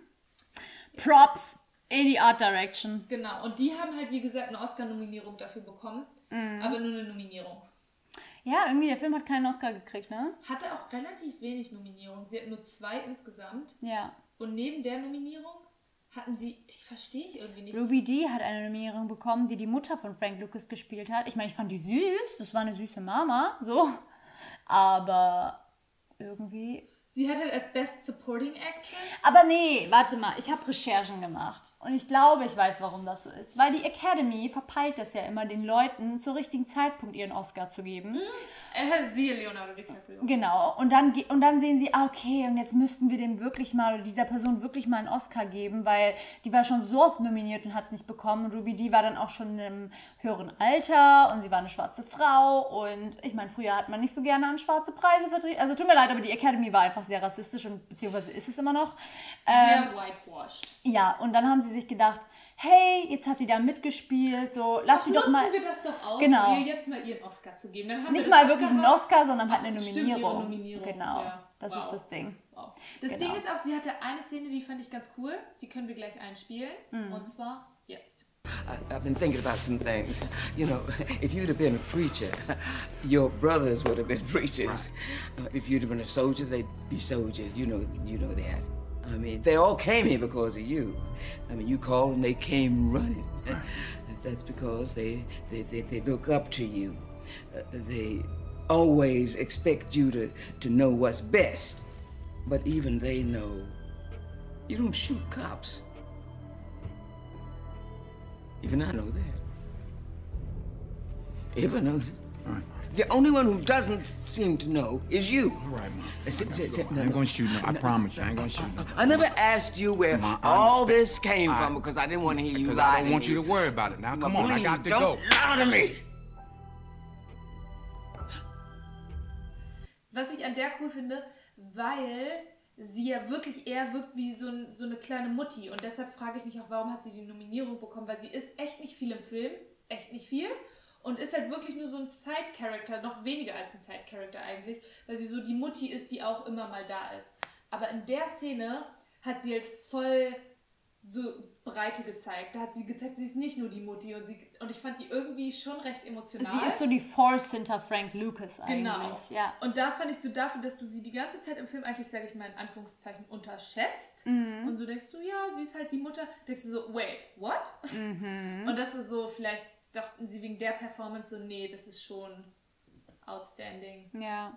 Props in die Art Direction. Genau, und die haben halt, wie gesagt, eine Oscar-Nominierung dafür bekommen, mm. aber nur eine Nominierung. Ja, irgendwie, der Film hat keinen Oscar gekriegt, ne? Hatte auch relativ wenig Nominierungen. Sie hatten nur zwei insgesamt. Ja. Und neben der Nominierung hatten sie, die verstehe ich irgendwie nicht. Ruby Dee hat eine Nominierung bekommen, die die Mutter von Frank Lucas gespielt hat. Ich meine, ich fand die süß, das war eine süße Mama, so. Aber irgendwie... Sie hat halt als Best Supporting Actress... Aber nee, warte mal, ich habe Recherchen gemacht. Und ich glaube, ich weiß, warum das so ist. Weil die Academy verpeilt das ja immer, den Leuten zur richtigen Zeitpunkt ihren Oscar zu geben. Äh, siehe Leonardo DiCaprio. Genau. Und dann, ge- und dann sehen sie, ah, okay, und jetzt müssten wir dem wirklich mal, oder dieser Person wirklich mal einen Oscar geben, weil die war schon so oft nominiert und hat es nicht bekommen. Und Ruby Dee war dann auch schon im höheren Alter und sie war eine schwarze Frau. Und ich meine, früher hat man nicht so gerne an schwarze Preise vertreten. Also tut mir leid, aber die Academy war einfach sehr rassistisch, und beziehungsweise ist es immer noch. Ähm, Sehr whitewashed. ja, und dann haben sie sich gedacht, hey, jetzt hat die da mitgespielt, so lass Ach, die doch nutzen mal... wir das doch aus, Genau. um ihr jetzt mal ihren Oscar zu geben. Dann haben Nicht wir mal das wirklich einen abgehakt. Oscar, sondern halt Ach, eine stimmt, Nominierung. ihre Nominierung. Genau, Ja. das Wow. ist das Ding. Wow. Das Genau. Ding ist auch, sie hatte eine Szene, die fand ich ganz cool. Die können wir gleich einspielen. Mhm. Und zwar jetzt. I, I've been thinking about some things. You know, if you'd have been a preacher, your brothers would have been preachers. Uh, if you'd have been a soldier, they'd be soldiers. You know, you know that. I mean, they all came here because of you. I mean, you called and they came running. That's because they they, they, they look up to you. Uh, they always expect you to, to know what's best. But even they know you don't shoot cops. Even I know that. Eva knows it. All right. The only one who doesn't seem to know is you. All right, Mom. Sit, sit, sit. I ain't gonna shoot no. I promise you, I ain't gonna shoot no. I never asked you where Mom, I all understand. this came I- from because I didn't want to hear you Because lie I don't want you to worry about it. Now, come on, I Please, got to don't go. lie to me. Was ich an der cool finde, weil sie ja wirklich eher wirkt wie so, ein, so eine kleine Mutti. Und deshalb frage ich mich auch, warum hat sie die Nominierung bekommen? Weil sie ist echt nicht viel im Film, echt nicht viel. Und ist halt wirklich nur so ein Side-Character, noch weniger als ein Side-Character eigentlich, weil sie so die Mutti ist, die auch immer mal da ist. Aber in der Szene hat sie halt voll so Breite gezeigt. Da hat sie gezeigt, sie ist nicht nur die Mutti. Und, sie, und ich fand die irgendwie schon recht emotional. Sie ist so die Force hinter Frank Lucas eigentlich. Genau. Ja. Und da fand ich so dafür, dass du sie die ganze Zeit im Film eigentlich, sage ich mal in Anführungszeichen, unterschätzt. Mhm. Und so denkst du, ja, sie ist halt die Mutter. Denkst du so, wait, what? Mhm. Und das war so, vielleicht dachten sie wegen der Performance so, nee, das ist schon outstanding. Ja.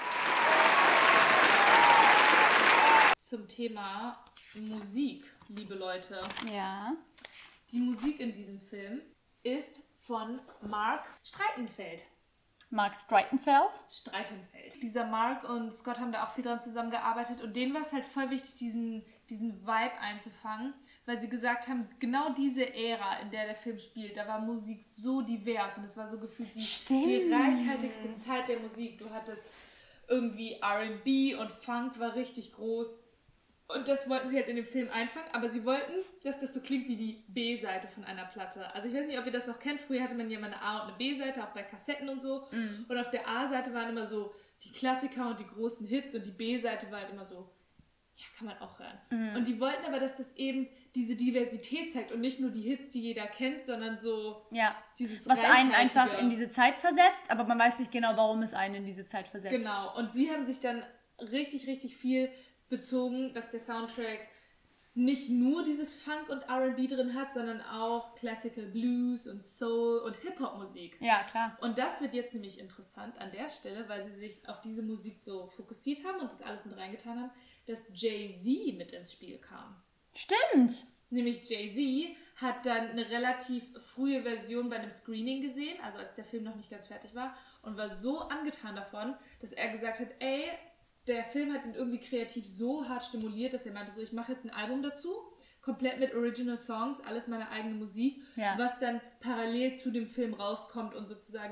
Zum Thema Musik, liebe Leute. Ja. Die Musik in diesem Film ist von Mark Streitenfeld. Mark Streitenfeld. Streitenfeld. Dieser Mark und Scott haben da auch viel dran zusammengearbeitet und denen war es halt voll wichtig, diesen, diesen Vibe einzufangen, weil sie gesagt haben, genau diese Ära, in der der Film spielt, da war Musik so divers und es war so gefühlt die, die reichhaltigste Zeit der Musik. Du hattest irgendwie R and B und Funk war richtig groß. Und das wollten sie halt in dem Film einfangen, aber sie wollten, dass das so klingt wie die B-Seite von einer Platte. Also ich weiß nicht, ob ihr das noch kennt, früher hatte man ja immer eine A- und eine B-Seite, auch bei Kassetten und so. Mm. Und auf der A-Seite waren immer so die Klassiker und die großen Hits und die B-Seite war halt immer so, ja, kann man auch hören. Mm. Und die wollten aber, dass das eben diese Diversität zeigt und nicht nur die Hits, die jeder kennt, sondern so ja. dieses was einen Reichhaltige. einfach in diese Zeit versetzt, aber man weiß nicht genau, warum es einen in diese Zeit versetzt. Genau, und sie haben sich dann richtig, richtig viel bezogen, dass der Soundtrack nicht nur dieses Funk und R and B drin hat, sondern auch Classical Blues und Soul und Hip-Hop-Musik. Ja, klar. Und das wird jetzt nämlich interessant an der Stelle, weil sie sich auf diese Musik so fokussiert haben und das alles mit reingetan haben, dass Jay-Z mit ins Spiel kam. Stimmt. Nämlich Jay-Z hat dann eine relativ frühe Version bei einem Screening gesehen, also als der Film noch nicht ganz fertig war, und war so angetan davon, dass er gesagt hat, ey, der Film hat ihn irgendwie kreativ so hart stimuliert, dass er meinte, so, ich mache jetzt ein Album dazu, komplett mit Original Songs, alles meine eigene Musik, ja. was dann parallel zu dem Film rauskommt und sozusagen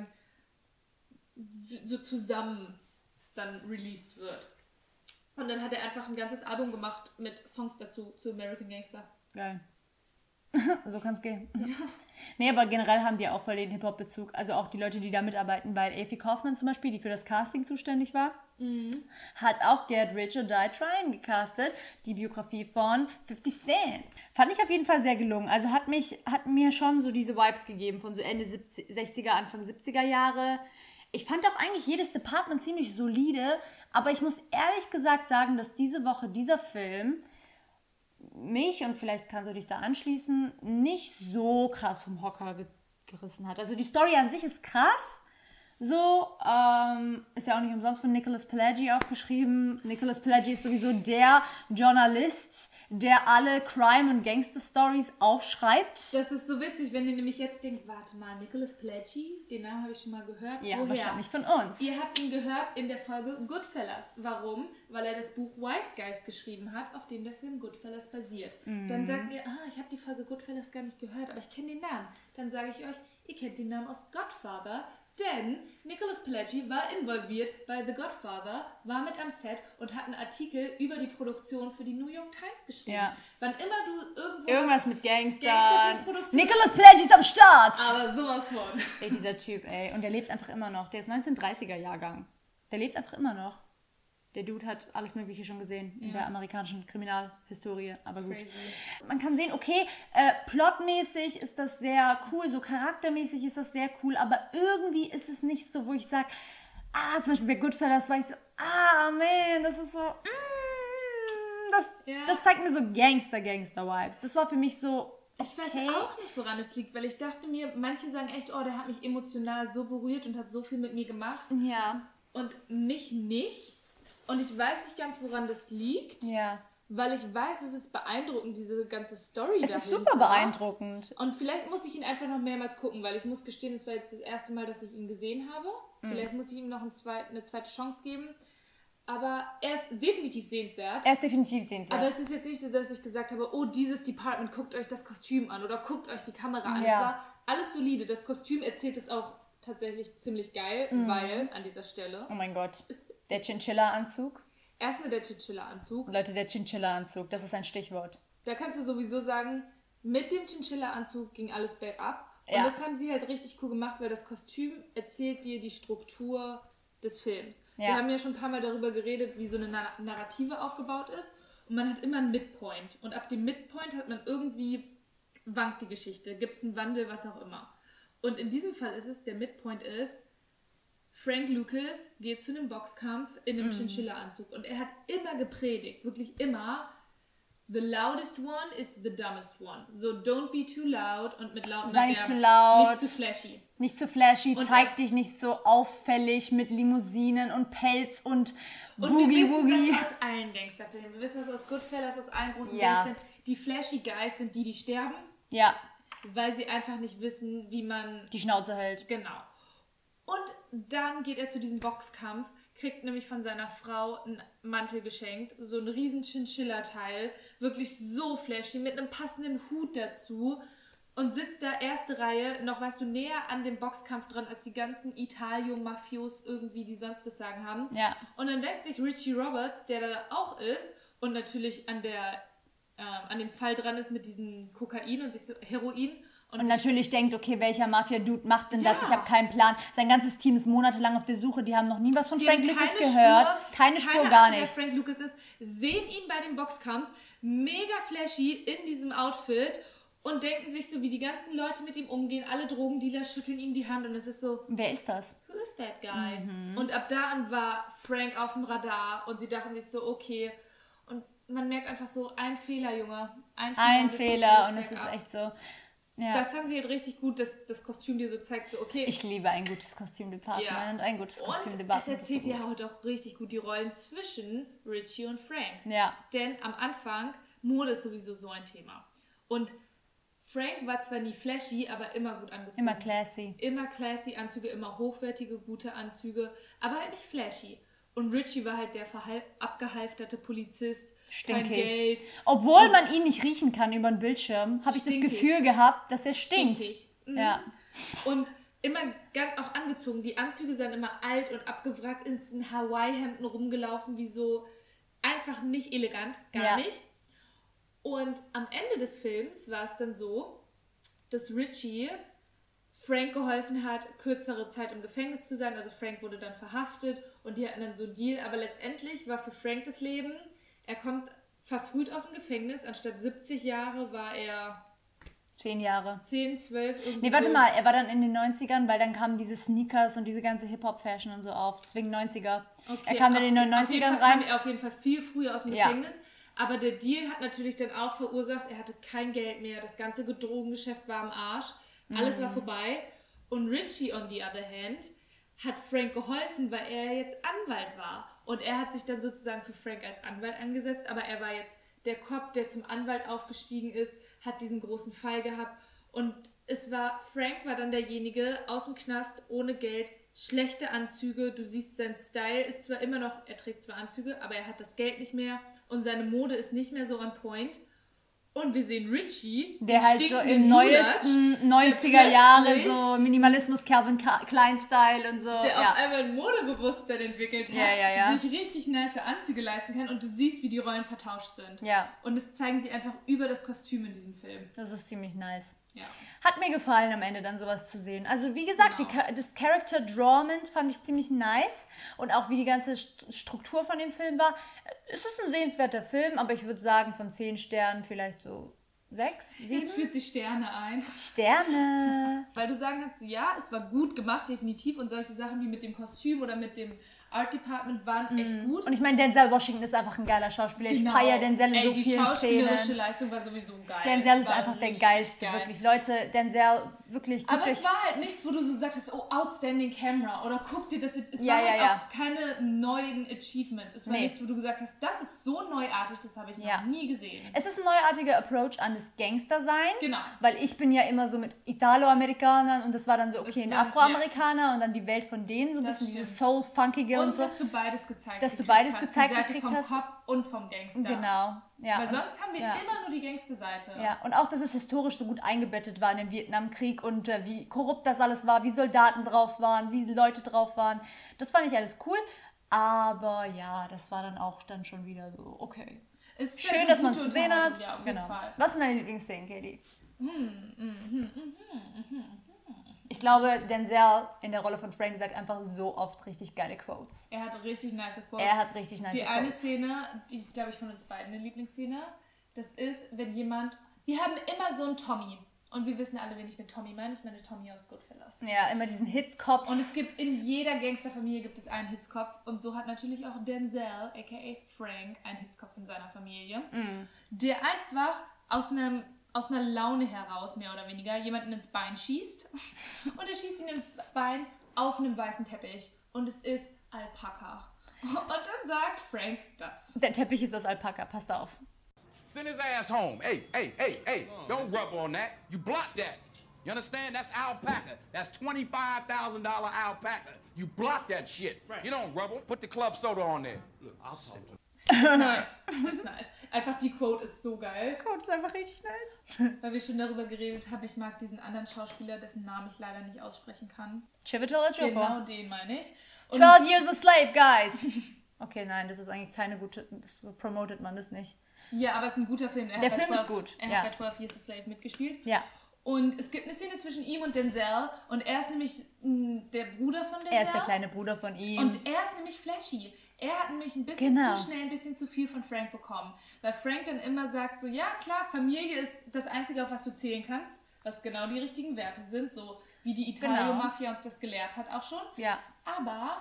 so zusammen dann released wird. Und dann hat er einfach ein ganzes Album gemacht mit Songs dazu, zu American Gangster. Geil. So kann es gehen. Ja. Nee, aber generell haben die auch voll den Hip-Hop-Bezug. Also auch die Leute, die da mitarbeiten, weil Aphie Kaufman zum Beispiel, die für das Casting zuständig war, mhm. hat auch Get Rich or Die Trying gecastet, die Biografie von fifty Cent. Fand ich auf jeden Fall sehr gelungen. Also hat mich, hat mir schon so diese Vibes gegeben von so Ende sechziger, Anfang siebziger Jahre. Ich fand auch eigentlich jedes Department ziemlich solide, aber ich muss ehrlich gesagt sagen, dass diese Woche dieser Film mich, und vielleicht kannst du dich da anschließen, nicht so krass vom Hocker ge- gerissen hat. Also die Story an sich ist krass. So, ähm, ist ja auch nicht umsonst von Nicholas Pileggi aufgeschrieben. Nicholas Pileggi ist sowieso der Journalist, der alle Crime- und Gangster-Stories aufschreibt. Das ist so witzig, wenn ihr nämlich jetzt denkt, warte mal, Nicholas Pileggi, den Namen habe ich schon mal gehört. Ja, woher? wahrscheinlich von uns. Ihr habt ihn gehört in der Folge Goodfellas. Warum? Weil er das Buch Wise Guys geschrieben hat, auf dem der Film Goodfellas basiert. Mhm. Dann sagt ihr, ah, ich habe die Folge Goodfellas gar nicht gehört, aber ich kenne den Namen. Dann sage ich euch, ihr kennt den Namen aus Godfather, denn Nicholas Pileggi war involviert bei The Godfather, war mit am Set und hat einen Artikel über die Produktion für die New York Times geschrieben. Ja. Wann immer du irgendwo Irgendwas mit Gangstern. Gangsterfilmproduktion. Nicholas Pileggi ist am Start! Aber sowas von. Ey, dieser Typ, ey. Und der lebt einfach immer noch. Der ist neunzehnhundertdreißiger Jahrgang. Der lebt einfach immer noch. Der Dude hat alles Mögliche schon gesehen in Ja. der amerikanischen Kriminalhistorie. Aber gut. Crazy. Man kann sehen, okay, äh, plotmäßig ist das sehr cool, so charaktermäßig ist das sehr cool, aber irgendwie ist es nicht so, wo ich sage, ah, zum Beispiel bei Goodfellas war ich so, ah, man, das ist so, mm, das, Ja. das zeigt mir so Gangster-Gangster-Vibes. Das war für mich so, okay. Ich weiß auch nicht, woran es liegt, weil ich dachte mir, manche sagen echt, oh, der hat mich emotional so berührt und hat so viel mit mir gemacht Ja, und mich nicht. Und ich weiß nicht ganz, woran das liegt. ja. weil ich weiß, es ist beeindruckend, diese ganze Story Es dahinter. ist super beeindruckend. Und vielleicht muss ich ihn einfach noch mehrmals gucken, weil ich muss gestehen, es war jetzt das erste Mal, dass ich ihn gesehen habe. Mhm. Vielleicht muss ich ihm noch ein zweit, eine zweite Chance geben. Aber er ist definitiv sehenswert. Er ist definitiv sehenswert. Aber es ist jetzt nicht so, dass ich gesagt habe, oh, dieses Department, guckt euch das Kostüm an oder guckt euch die Kamera an. Ja. Es war alles solide. Das Kostüm erzählt es auch tatsächlich ziemlich geil, Mhm. weil, an dieser Stelle, Oh mein Gott. Der Chinchilla-Anzug. erstmal der Chinchilla-Anzug. Leute, der Chinchilla-Anzug, das ist ein Stichwort. Da kannst du sowieso sagen, mit dem Chinchilla-Anzug ging alles bergab. Und Ja. das haben sie halt richtig cool gemacht, weil das Kostüm erzählt dir die Struktur des Films. Ja. Wir haben ja schon ein paar Mal darüber geredet, wie so eine Na- Narrative aufgebaut ist. Und man hat immer einen Midpoint. Und ab dem Midpoint hat man irgendwie, wankt die Geschichte, gibt es einen Wandel, was auch immer. Und in diesem Fall ist es, der Midpoint ist, Frank Lucas geht zu einem Boxkampf in einem Mhm. Chinchilla-Anzug. Und er hat immer gepredigt, wirklich immer, the loudest one is the dumbest one. So, don't be too loud und mit laut Sei nicht meint zu er, laut. nicht zu flashy. Nicht zu flashy, Und zeig er- dich nicht so auffällig mit Limousinen und Pelz und Und Boogie wir wissen Woogie. das aus allen Gangsterfilmen. Wir wissen das aus Goodfellas, aus allen großen Ja. Gangstern. Die flashy Guys sind die, die sterben, Ja, weil sie einfach nicht wissen, wie man... die Schnauze hält. Genau. Und dann geht er zu diesem Boxkampf, kriegt nämlich von seiner Frau einen Mantel geschenkt, so ein riesen Chinchilla-Teil, wirklich so flashy, mit einem passenden Hut dazu und sitzt da erste Reihe, noch weißt du, näher an dem Boxkampf dran, als die ganzen Italio-Mafios irgendwie, die sonst das Sagen haben. Ja. Und dann denkt sich Richie Roberts, der da auch ist und natürlich an der ähm, an dem Fall dran ist mit diesem Kokain und sich so Heroin und, Und sich natürlich denkt, okay, welcher Mafia-Dude macht denn das? Ja. Ich habe keinen Plan. Sein ganzes Team ist monatelang auf der Suche. Die haben noch nie was von Die Frank haben Lucas keine gehört. Spur, keine Spur, keine gar Ahnung, wer nichts. Frank Lucas ist, sehen ihn bei dem Boxkampf mega flashy in diesem Outfit und denken sich so, wie die ganzen Leute mit ihm umgehen. Alle Drogendealer schütteln ihm die Hand und es ist so, Wer ist das? who is that guy? Mhm. Und ab da an war Frank auf dem Radar und sie dachten sich so, okay. Und man merkt einfach so, ein Fehler, Junge. Ein Fehler, Ein und es geht Fehler alles und es ist bergab. echt so. Ja. Das haben sie halt richtig gut, dass das Kostüm dir so zeigt, so okay. Ich liebe ein gutes Kostümdepartment. Ja. Ein gutes Und Kostümdepartment. es erzählt dir halt auch richtig gut die Rollen zwischen Richie und Frank. Ja. Denn am Anfang, Mode ist sowieso so ein Thema. Und Frank war zwar nie flashy, aber immer gut angezogen. Immer classy. Immer classy Anzüge, immer hochwertige, gute Anzüge, aber halt nicht flashy. Und Richie war halt der verhal- abgehalfterte Polizist, kein Stinkig. Geld. Obwohl man ihn nicht riechen kann über den Bildschirm, habe ich das Stinkig. Gefühl gehabt, dass er stinkt. Stinkig. Mhm. Ja. Und immer ganz auch angezogen. Die Anzüge sahen immer alt und abgewrackt, in diesen Hawaii-Hemden rumgelaufen, wie so einfach nicht elegant, gar Ja. nicht. Und am Ende des Films war es dann so, dass Richie Frank geholfen hat, kürzere Zeit im Gefängnis zu sein. Also Frank wurde dann verhaftet und die hatten dann so einen Deal. Aber letztendlich war für Frank das Leben, er kommt verfrüht aus dem Gefängnis. Anstatt siebzig Jahre war er Zehn Jahre. zehn, zwölf. Irgendwie Nee, warte so. mal, er war dann in den neunzigern, weil dann kamen diese Sneakers und diese ganze Hip-Hop-Fashion und so auf. Deswegen neunziger. Okay, er kam dann in den auf- auf jeden neunzigern Fall kam rein. er auf jeden Fall viel früher aus dem Ja. Gefängnis. Aber der Deal hat natürlich dann auch verursacht, er hatte kein Geld mehr, das ganze Drogengeschäft war am Arsch, alles Mhm. war vorbei. Und Richie, on the other hand, hat Frank geholfen, weil er jetzt Anwalt war. Und er hat sich dann sozusagen für Frank als Anwalt angesetzt, aber er war jetzt der Cop, der zum Anwalt aufgestiegen ist, hat diesen großen Fall gehabt. Und es war, Frank war dann derjenige aus dem Knast, ohne Geld, schlechte Anzüge. Du siehst, sein Style ist zwar immer noch, er trägt zwar Anzüge, aber er hat das Geld nicht mehr und seine Mode ist nicht mehr so on point. Und wir sehen Richie, Der den halt so stinkenden im neuesten Lulatsch, neunziger der Jahre plötzlich- so Minimalismus, Calvin Klein Style und so. der ja. auf einmal ein Modebewusstsein entwickelt hat, Ja, ja, ja. sich richtig nice Anzüge leisten kann und du siehst, wie die Rollen vertauscht sind. Ja. Und das zeigen sie einfach über das Kostüm in diesem Film. Das ist ziemlich nice. Ja. Hat mir gefallen, am Ende dann sowas zu sehen. Also wie gesagt, Genau. die, Cha- das Character Drawment fand ich ziemlich nice. Und auch wie die ganze St- Struktur von dem Film war. Es ist ein sehenswerter Film, aber ich würde sagen, von zehn Sternen vielleicht so sechs, sieben Jetzt fühlt sich Sterne ein. Sterne. Weil du sagen kannst, so, ja, es war gut gemacht, definitiv. Und solche Sachen wie mit dem Kostüm oder mit dem Art Department waren echt gut. Und ich meine, Denzel Washington ist einfach ein geiler Schauspieler. Ich Genau. feiere Denzel in Ey, so die vielen schauspielerische Szenen. Leistung war sowieso geil. Denzel ist war einfach der richtig Geilste, geil. wirklich. Leute, Denzel, wirklich, guckt Aber euch... es war halt nichts, wo du so sagtest, oh, outstanding Camera oder guck dir das jetzt. Es Ja, war ja, halt ja. auch keine neuen Achievements. Es war Nee. nichts, wo du gesagt hast, das ist so neuartig, das habe ich noch Ja. nie gesehen. Es ist ein neuartiger Approach an das Gangster-Sein. Genau. Weil ich bin ja immer so mit Italo-Amerikanern und das war dann so, okay, Das ein war- Afroamerikaner und dann die Welt von denen, so ein Das bisschen dieses stimmt. Soul-Funkige und, Und so. dass du beides gezeigt Dass du gekriegt beides hast. gezeigt die Seite gekriegt vom hast. Cop und vom Gangster. Genau. Ja. Weil sonst haben wir ja. immer nur die Gangsterseite. Ja, und auch, dass es historisch so gut eingebettet war in den Vietnamkrieg und äh, wie korrupt das alles war, wie Soldaten drauf waren, wie Leute drauf waren. Das fand ich alles cool. Aber ja, das war dann auch dann schon wieder so, okay. Es ist Schön, halt dass eine man es gute gesehen hat. Unterhaltung, Ja, auf jeden Genau. Fall. Was sind deine Lieblingsszenen, Katie? Ich glaube, Denzel in der Rolle von Frank sagt einfach so oft richtig geile Quotes. Er hat richtig nice Quotes. Er hat richtig nice Die eine Quotes. Szene, die ist, glaube ich, von uns beiden eine Lieblingsszene. Das ist, wenn jemand... Wir haben immer so einen Tommy. Und wir wissen alle, wen ich mit Tommy meine. Ich meine Tommy aus Goodfellas. Ja, immer diesen Hitzkopf. Und es gibt in jeder Gangsterfamilie gibt es einen Hitzkopf. Und so hat natürlich auch Denzel, aka Frank, einen Hitzkopf in seiner Familie. Mm. Der einfach aus einem... aus einer Laune heraus, mehr oder weniger, jemanden ins Bein schießt. Und er schießt ihn ins Bein auf einem weißen Teppich. Und es ist Alpaka. Und dann sagt Frank das. Der Teppich ist aus Alpaka, passt auf. Send his ass home. Hey, hey, hey, hey. Don't rub on that. You block that. You understand? That's alpaca. That's twenty-five thousand dollars alpaca. You block that shit. You don't rubble. Put the club soda on there. Look, I'll talk to That's nice. That's nice. Einfach die Quote ist so geil. Quote ist einfach richtig nice. Weil wir schon darüber geredet haben, ich mag diesen anderen Schauspieler, dessen Namen ich leider nicht aussprechen kann. Chiwetel Ejiofor. Genau den meine ich. Und twelve years a slave, guys. Okay, nein, das ist eigentlich keine gute, das promotet man das nicht. ja, aber es ist ein guter Film. Er Der hat bei Film ist zwölf gut, Er ja. hat bei twelve Years a Slave mitgespielt. Ja. Und es gibt eine Szene zwischen ihm und Denzel und er ist nämlich mh, der Bruder von Denzel. Er ist der kleine Bruder von ihm. Und er ist nämlich flashy. Er hat nämlich ein bisschen Genau. zu schnell, ein bisschen zu viel von Frank bekommen. Weil Frank dann immer sagt so, ja klar, Familie ist das Einzige, auf was du zählen kannst, was genau die richtigen Werte sind, so wie die Italio-Mafia uns das gelehrt hat auch schon. ja. Aber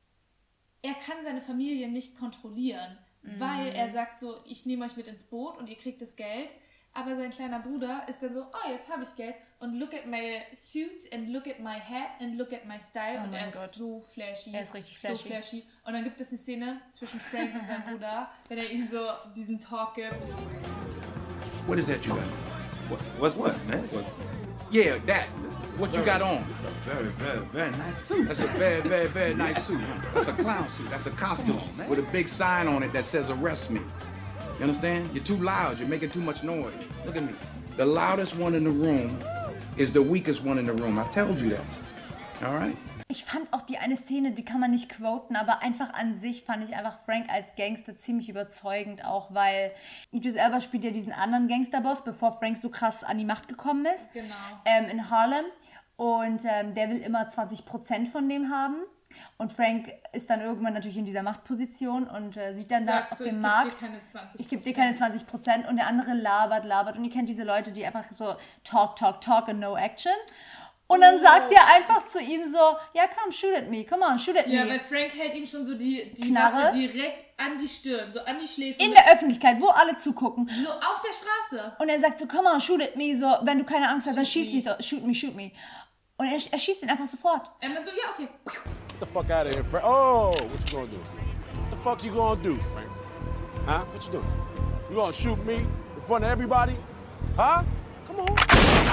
er kann seine Familie nicht kontrollieren, weil er sagt so, ich nehme euch mit ins Boot und ihr kriegt das Geld. Aber sein kleiner Bruder ist dann so, oh, jetzt habe ich Geld und look at my suits and look at my hat and look at my style. Oh und er mein ist Gott. so flashy. Er ist richtig So flashy. flashy. Und dann gibt es eine Szene zwischen Frank und seinem Bruder, wenn er ihm so diesen Talk gibt. What is that you got? What, what's what, man? What, Yeah, that. What you got on? very, very, very nice suit. That's a very, very, very nice suit. Huh? That's a clown suit. That's a costume with a big sign on it that says arrest me. You understand? You're too loud. You're making too much noise. Look at me. The loudest one in the room is the weakest one in the room. I told you that. All right? Ich fand auch die eine Szene, die kann man nicht quoten, aber einfach an sich fand ich einfach Frank als Gangster ziemlich überzeugend auch, weil Idris Elba spielt ja diesen anderen Gangsterboss, bevor Frank so krass an die Macht gekommen ist. Genau. Ähm, in Harlem. Und ähm, der will immer zwanzig Prozent von dem haben. Und Frank ist dann irgendwann natürlich in dieser Machtposition und äh, sieht dann Sagt da auf so, dem ich geb Markt, dir keine zwanzig ich gebe dir keine zwanzig Prozent und der andere labert, labert und ihr kennt diese Leute, die einfach so talk, talk, talk and no action. Und dann sagt er einfach zu ihm so, ja komm, shoot at me, come on, shoot at Ja, me. weil Frank hält ihm schon so die, die Knarre. Waffe direkt an die Stirn, so an die Schläfe. In der Öffentlichkeit, wo alle zugucken. so auf der Straße. Und er sagt so, come on, shoot at me, so, wenn du keine Angst hast, dann Shoot schieß me. mich doch, shoot me, shoot me. Und er, er schießt ihn einfach sofort. Er meint so, ja, okay. Get the fuck out of here, Frank. Oh, what you gonna do? What the fuck you gonna do, Frank? Huh? What you doing? You gonna shoot me in front of everybody? Huh? Come on.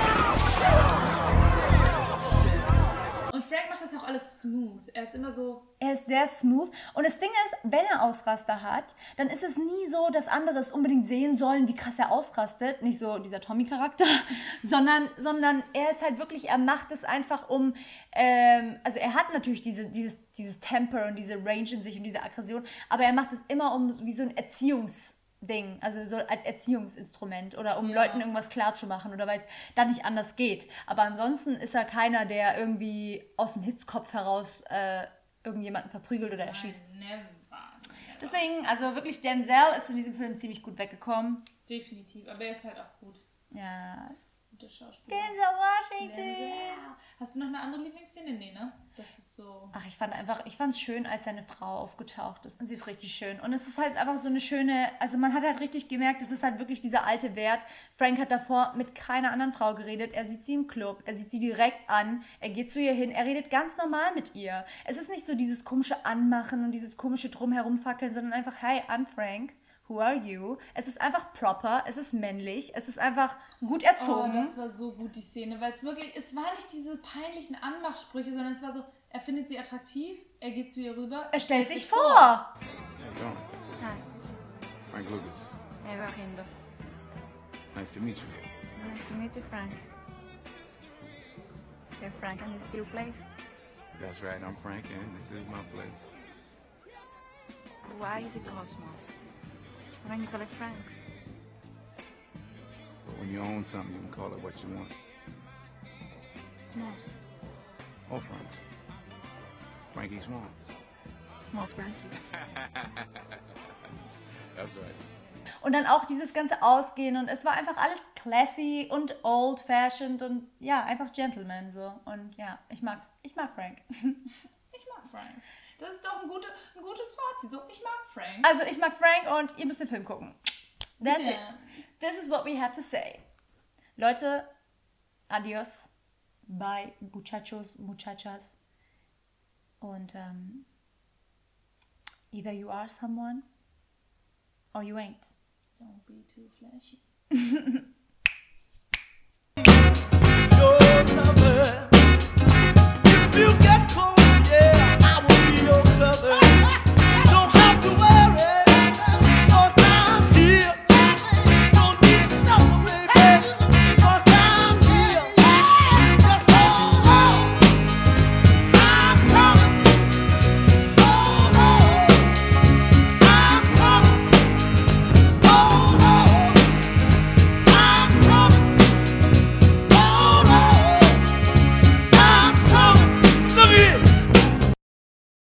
Und Frank macht das auch alles smooth. Er ist immer so, Er ist sehr smooth. Und das Ding ist, wenn er Ausraster hat, dann ist es nie so, dass andere es unbedingt sehen sollen, wie krass er ausrastet. Nicht so dieser Tommy-Charakter, sondern, sondern er ist halt wirklich, er macht es einfach um, ähm, also er hat natürlich diese, dieses, dieses Temper und diese Range in sich und diese Aggression, aber er macht es immer um wie so ein Erziehungs- Ding, also so als Erziehungsinstrument oder um Ja. Leuten irgendwas klarzumachen oder weil es da nicht anders geht. Aber ansonsten ist er keiner, der irgendwie aus dem Hitzkopf heraus äh, irgendjemanden verprügelt oder erschießt. never, never. Deswegen, also wirklich Denzel ist in diesem Film ziemlich gut weggekommen. Definitiv, aber er ist halt auch gut. Ja, guter Schauspieler. Denzel Washington. Denzel. Hast du noch eine andere Lieblingsszene? Nee, ne? Das ist so... Ach, ich fand einfach, ich fand es schön, als seine Frau aufgetaucht ist. Und sie ist richtig schön. Und es ist halt einfach so eine schöne, also man hat halt richtig gemerkt, es ist halt wirklich dieser alte Wert. Frank hat davor mit keiner anderen Frau geredet. Er sieht sie im Club, er sieht sie direkt an, er geht zu ihr hin, er redet ganz normal mit ihr. Es ist nicht so dieses komische Anmachen und dieses komische Drumherumfackeln, sondern einfach, hey, I'm Frank. Who are you? Es ist einfach proper, es ist männlich, es ist einfach gut erzogen. Oh, das war so gut, die Szene, weil es wirklich, es war nicht diese peinlichen Anmachsprüche, sondern es war so, er findet sie attraktiv, er geht zu ihr rüber. Er stellt sich vor. How you doing? Hi, Frank Lucas. Eva Rindo. Nice to meet you. Nice to meet you, Frank. You're Frank and this is your place? That's right, I'm Frank, and this is my place. Why is it Cosmos? Why don't you call it Frank's? But when you own something, you can call it what you want. Smalls. Or Frank's. Frankie Swans. Smalls Frankie. That's right. Und dann auch dieses ganze Ausgehen und es war einfach alles classy und old-fashioned und ja, einfach Gentleman so. Und ja, ich mag, ich mag Frank. Ich mag Frank. Das ist doch ein, gute, ein gutes Fazit. So, ich mag Frank. Also ich mag Frank und ihr müsst den Film gucken. That's Bitte. it. This is what we have to say. Leute, adios. Bye, muchachos, muchachas. Und um, either you are someone or you ain't. Don't be too flashy.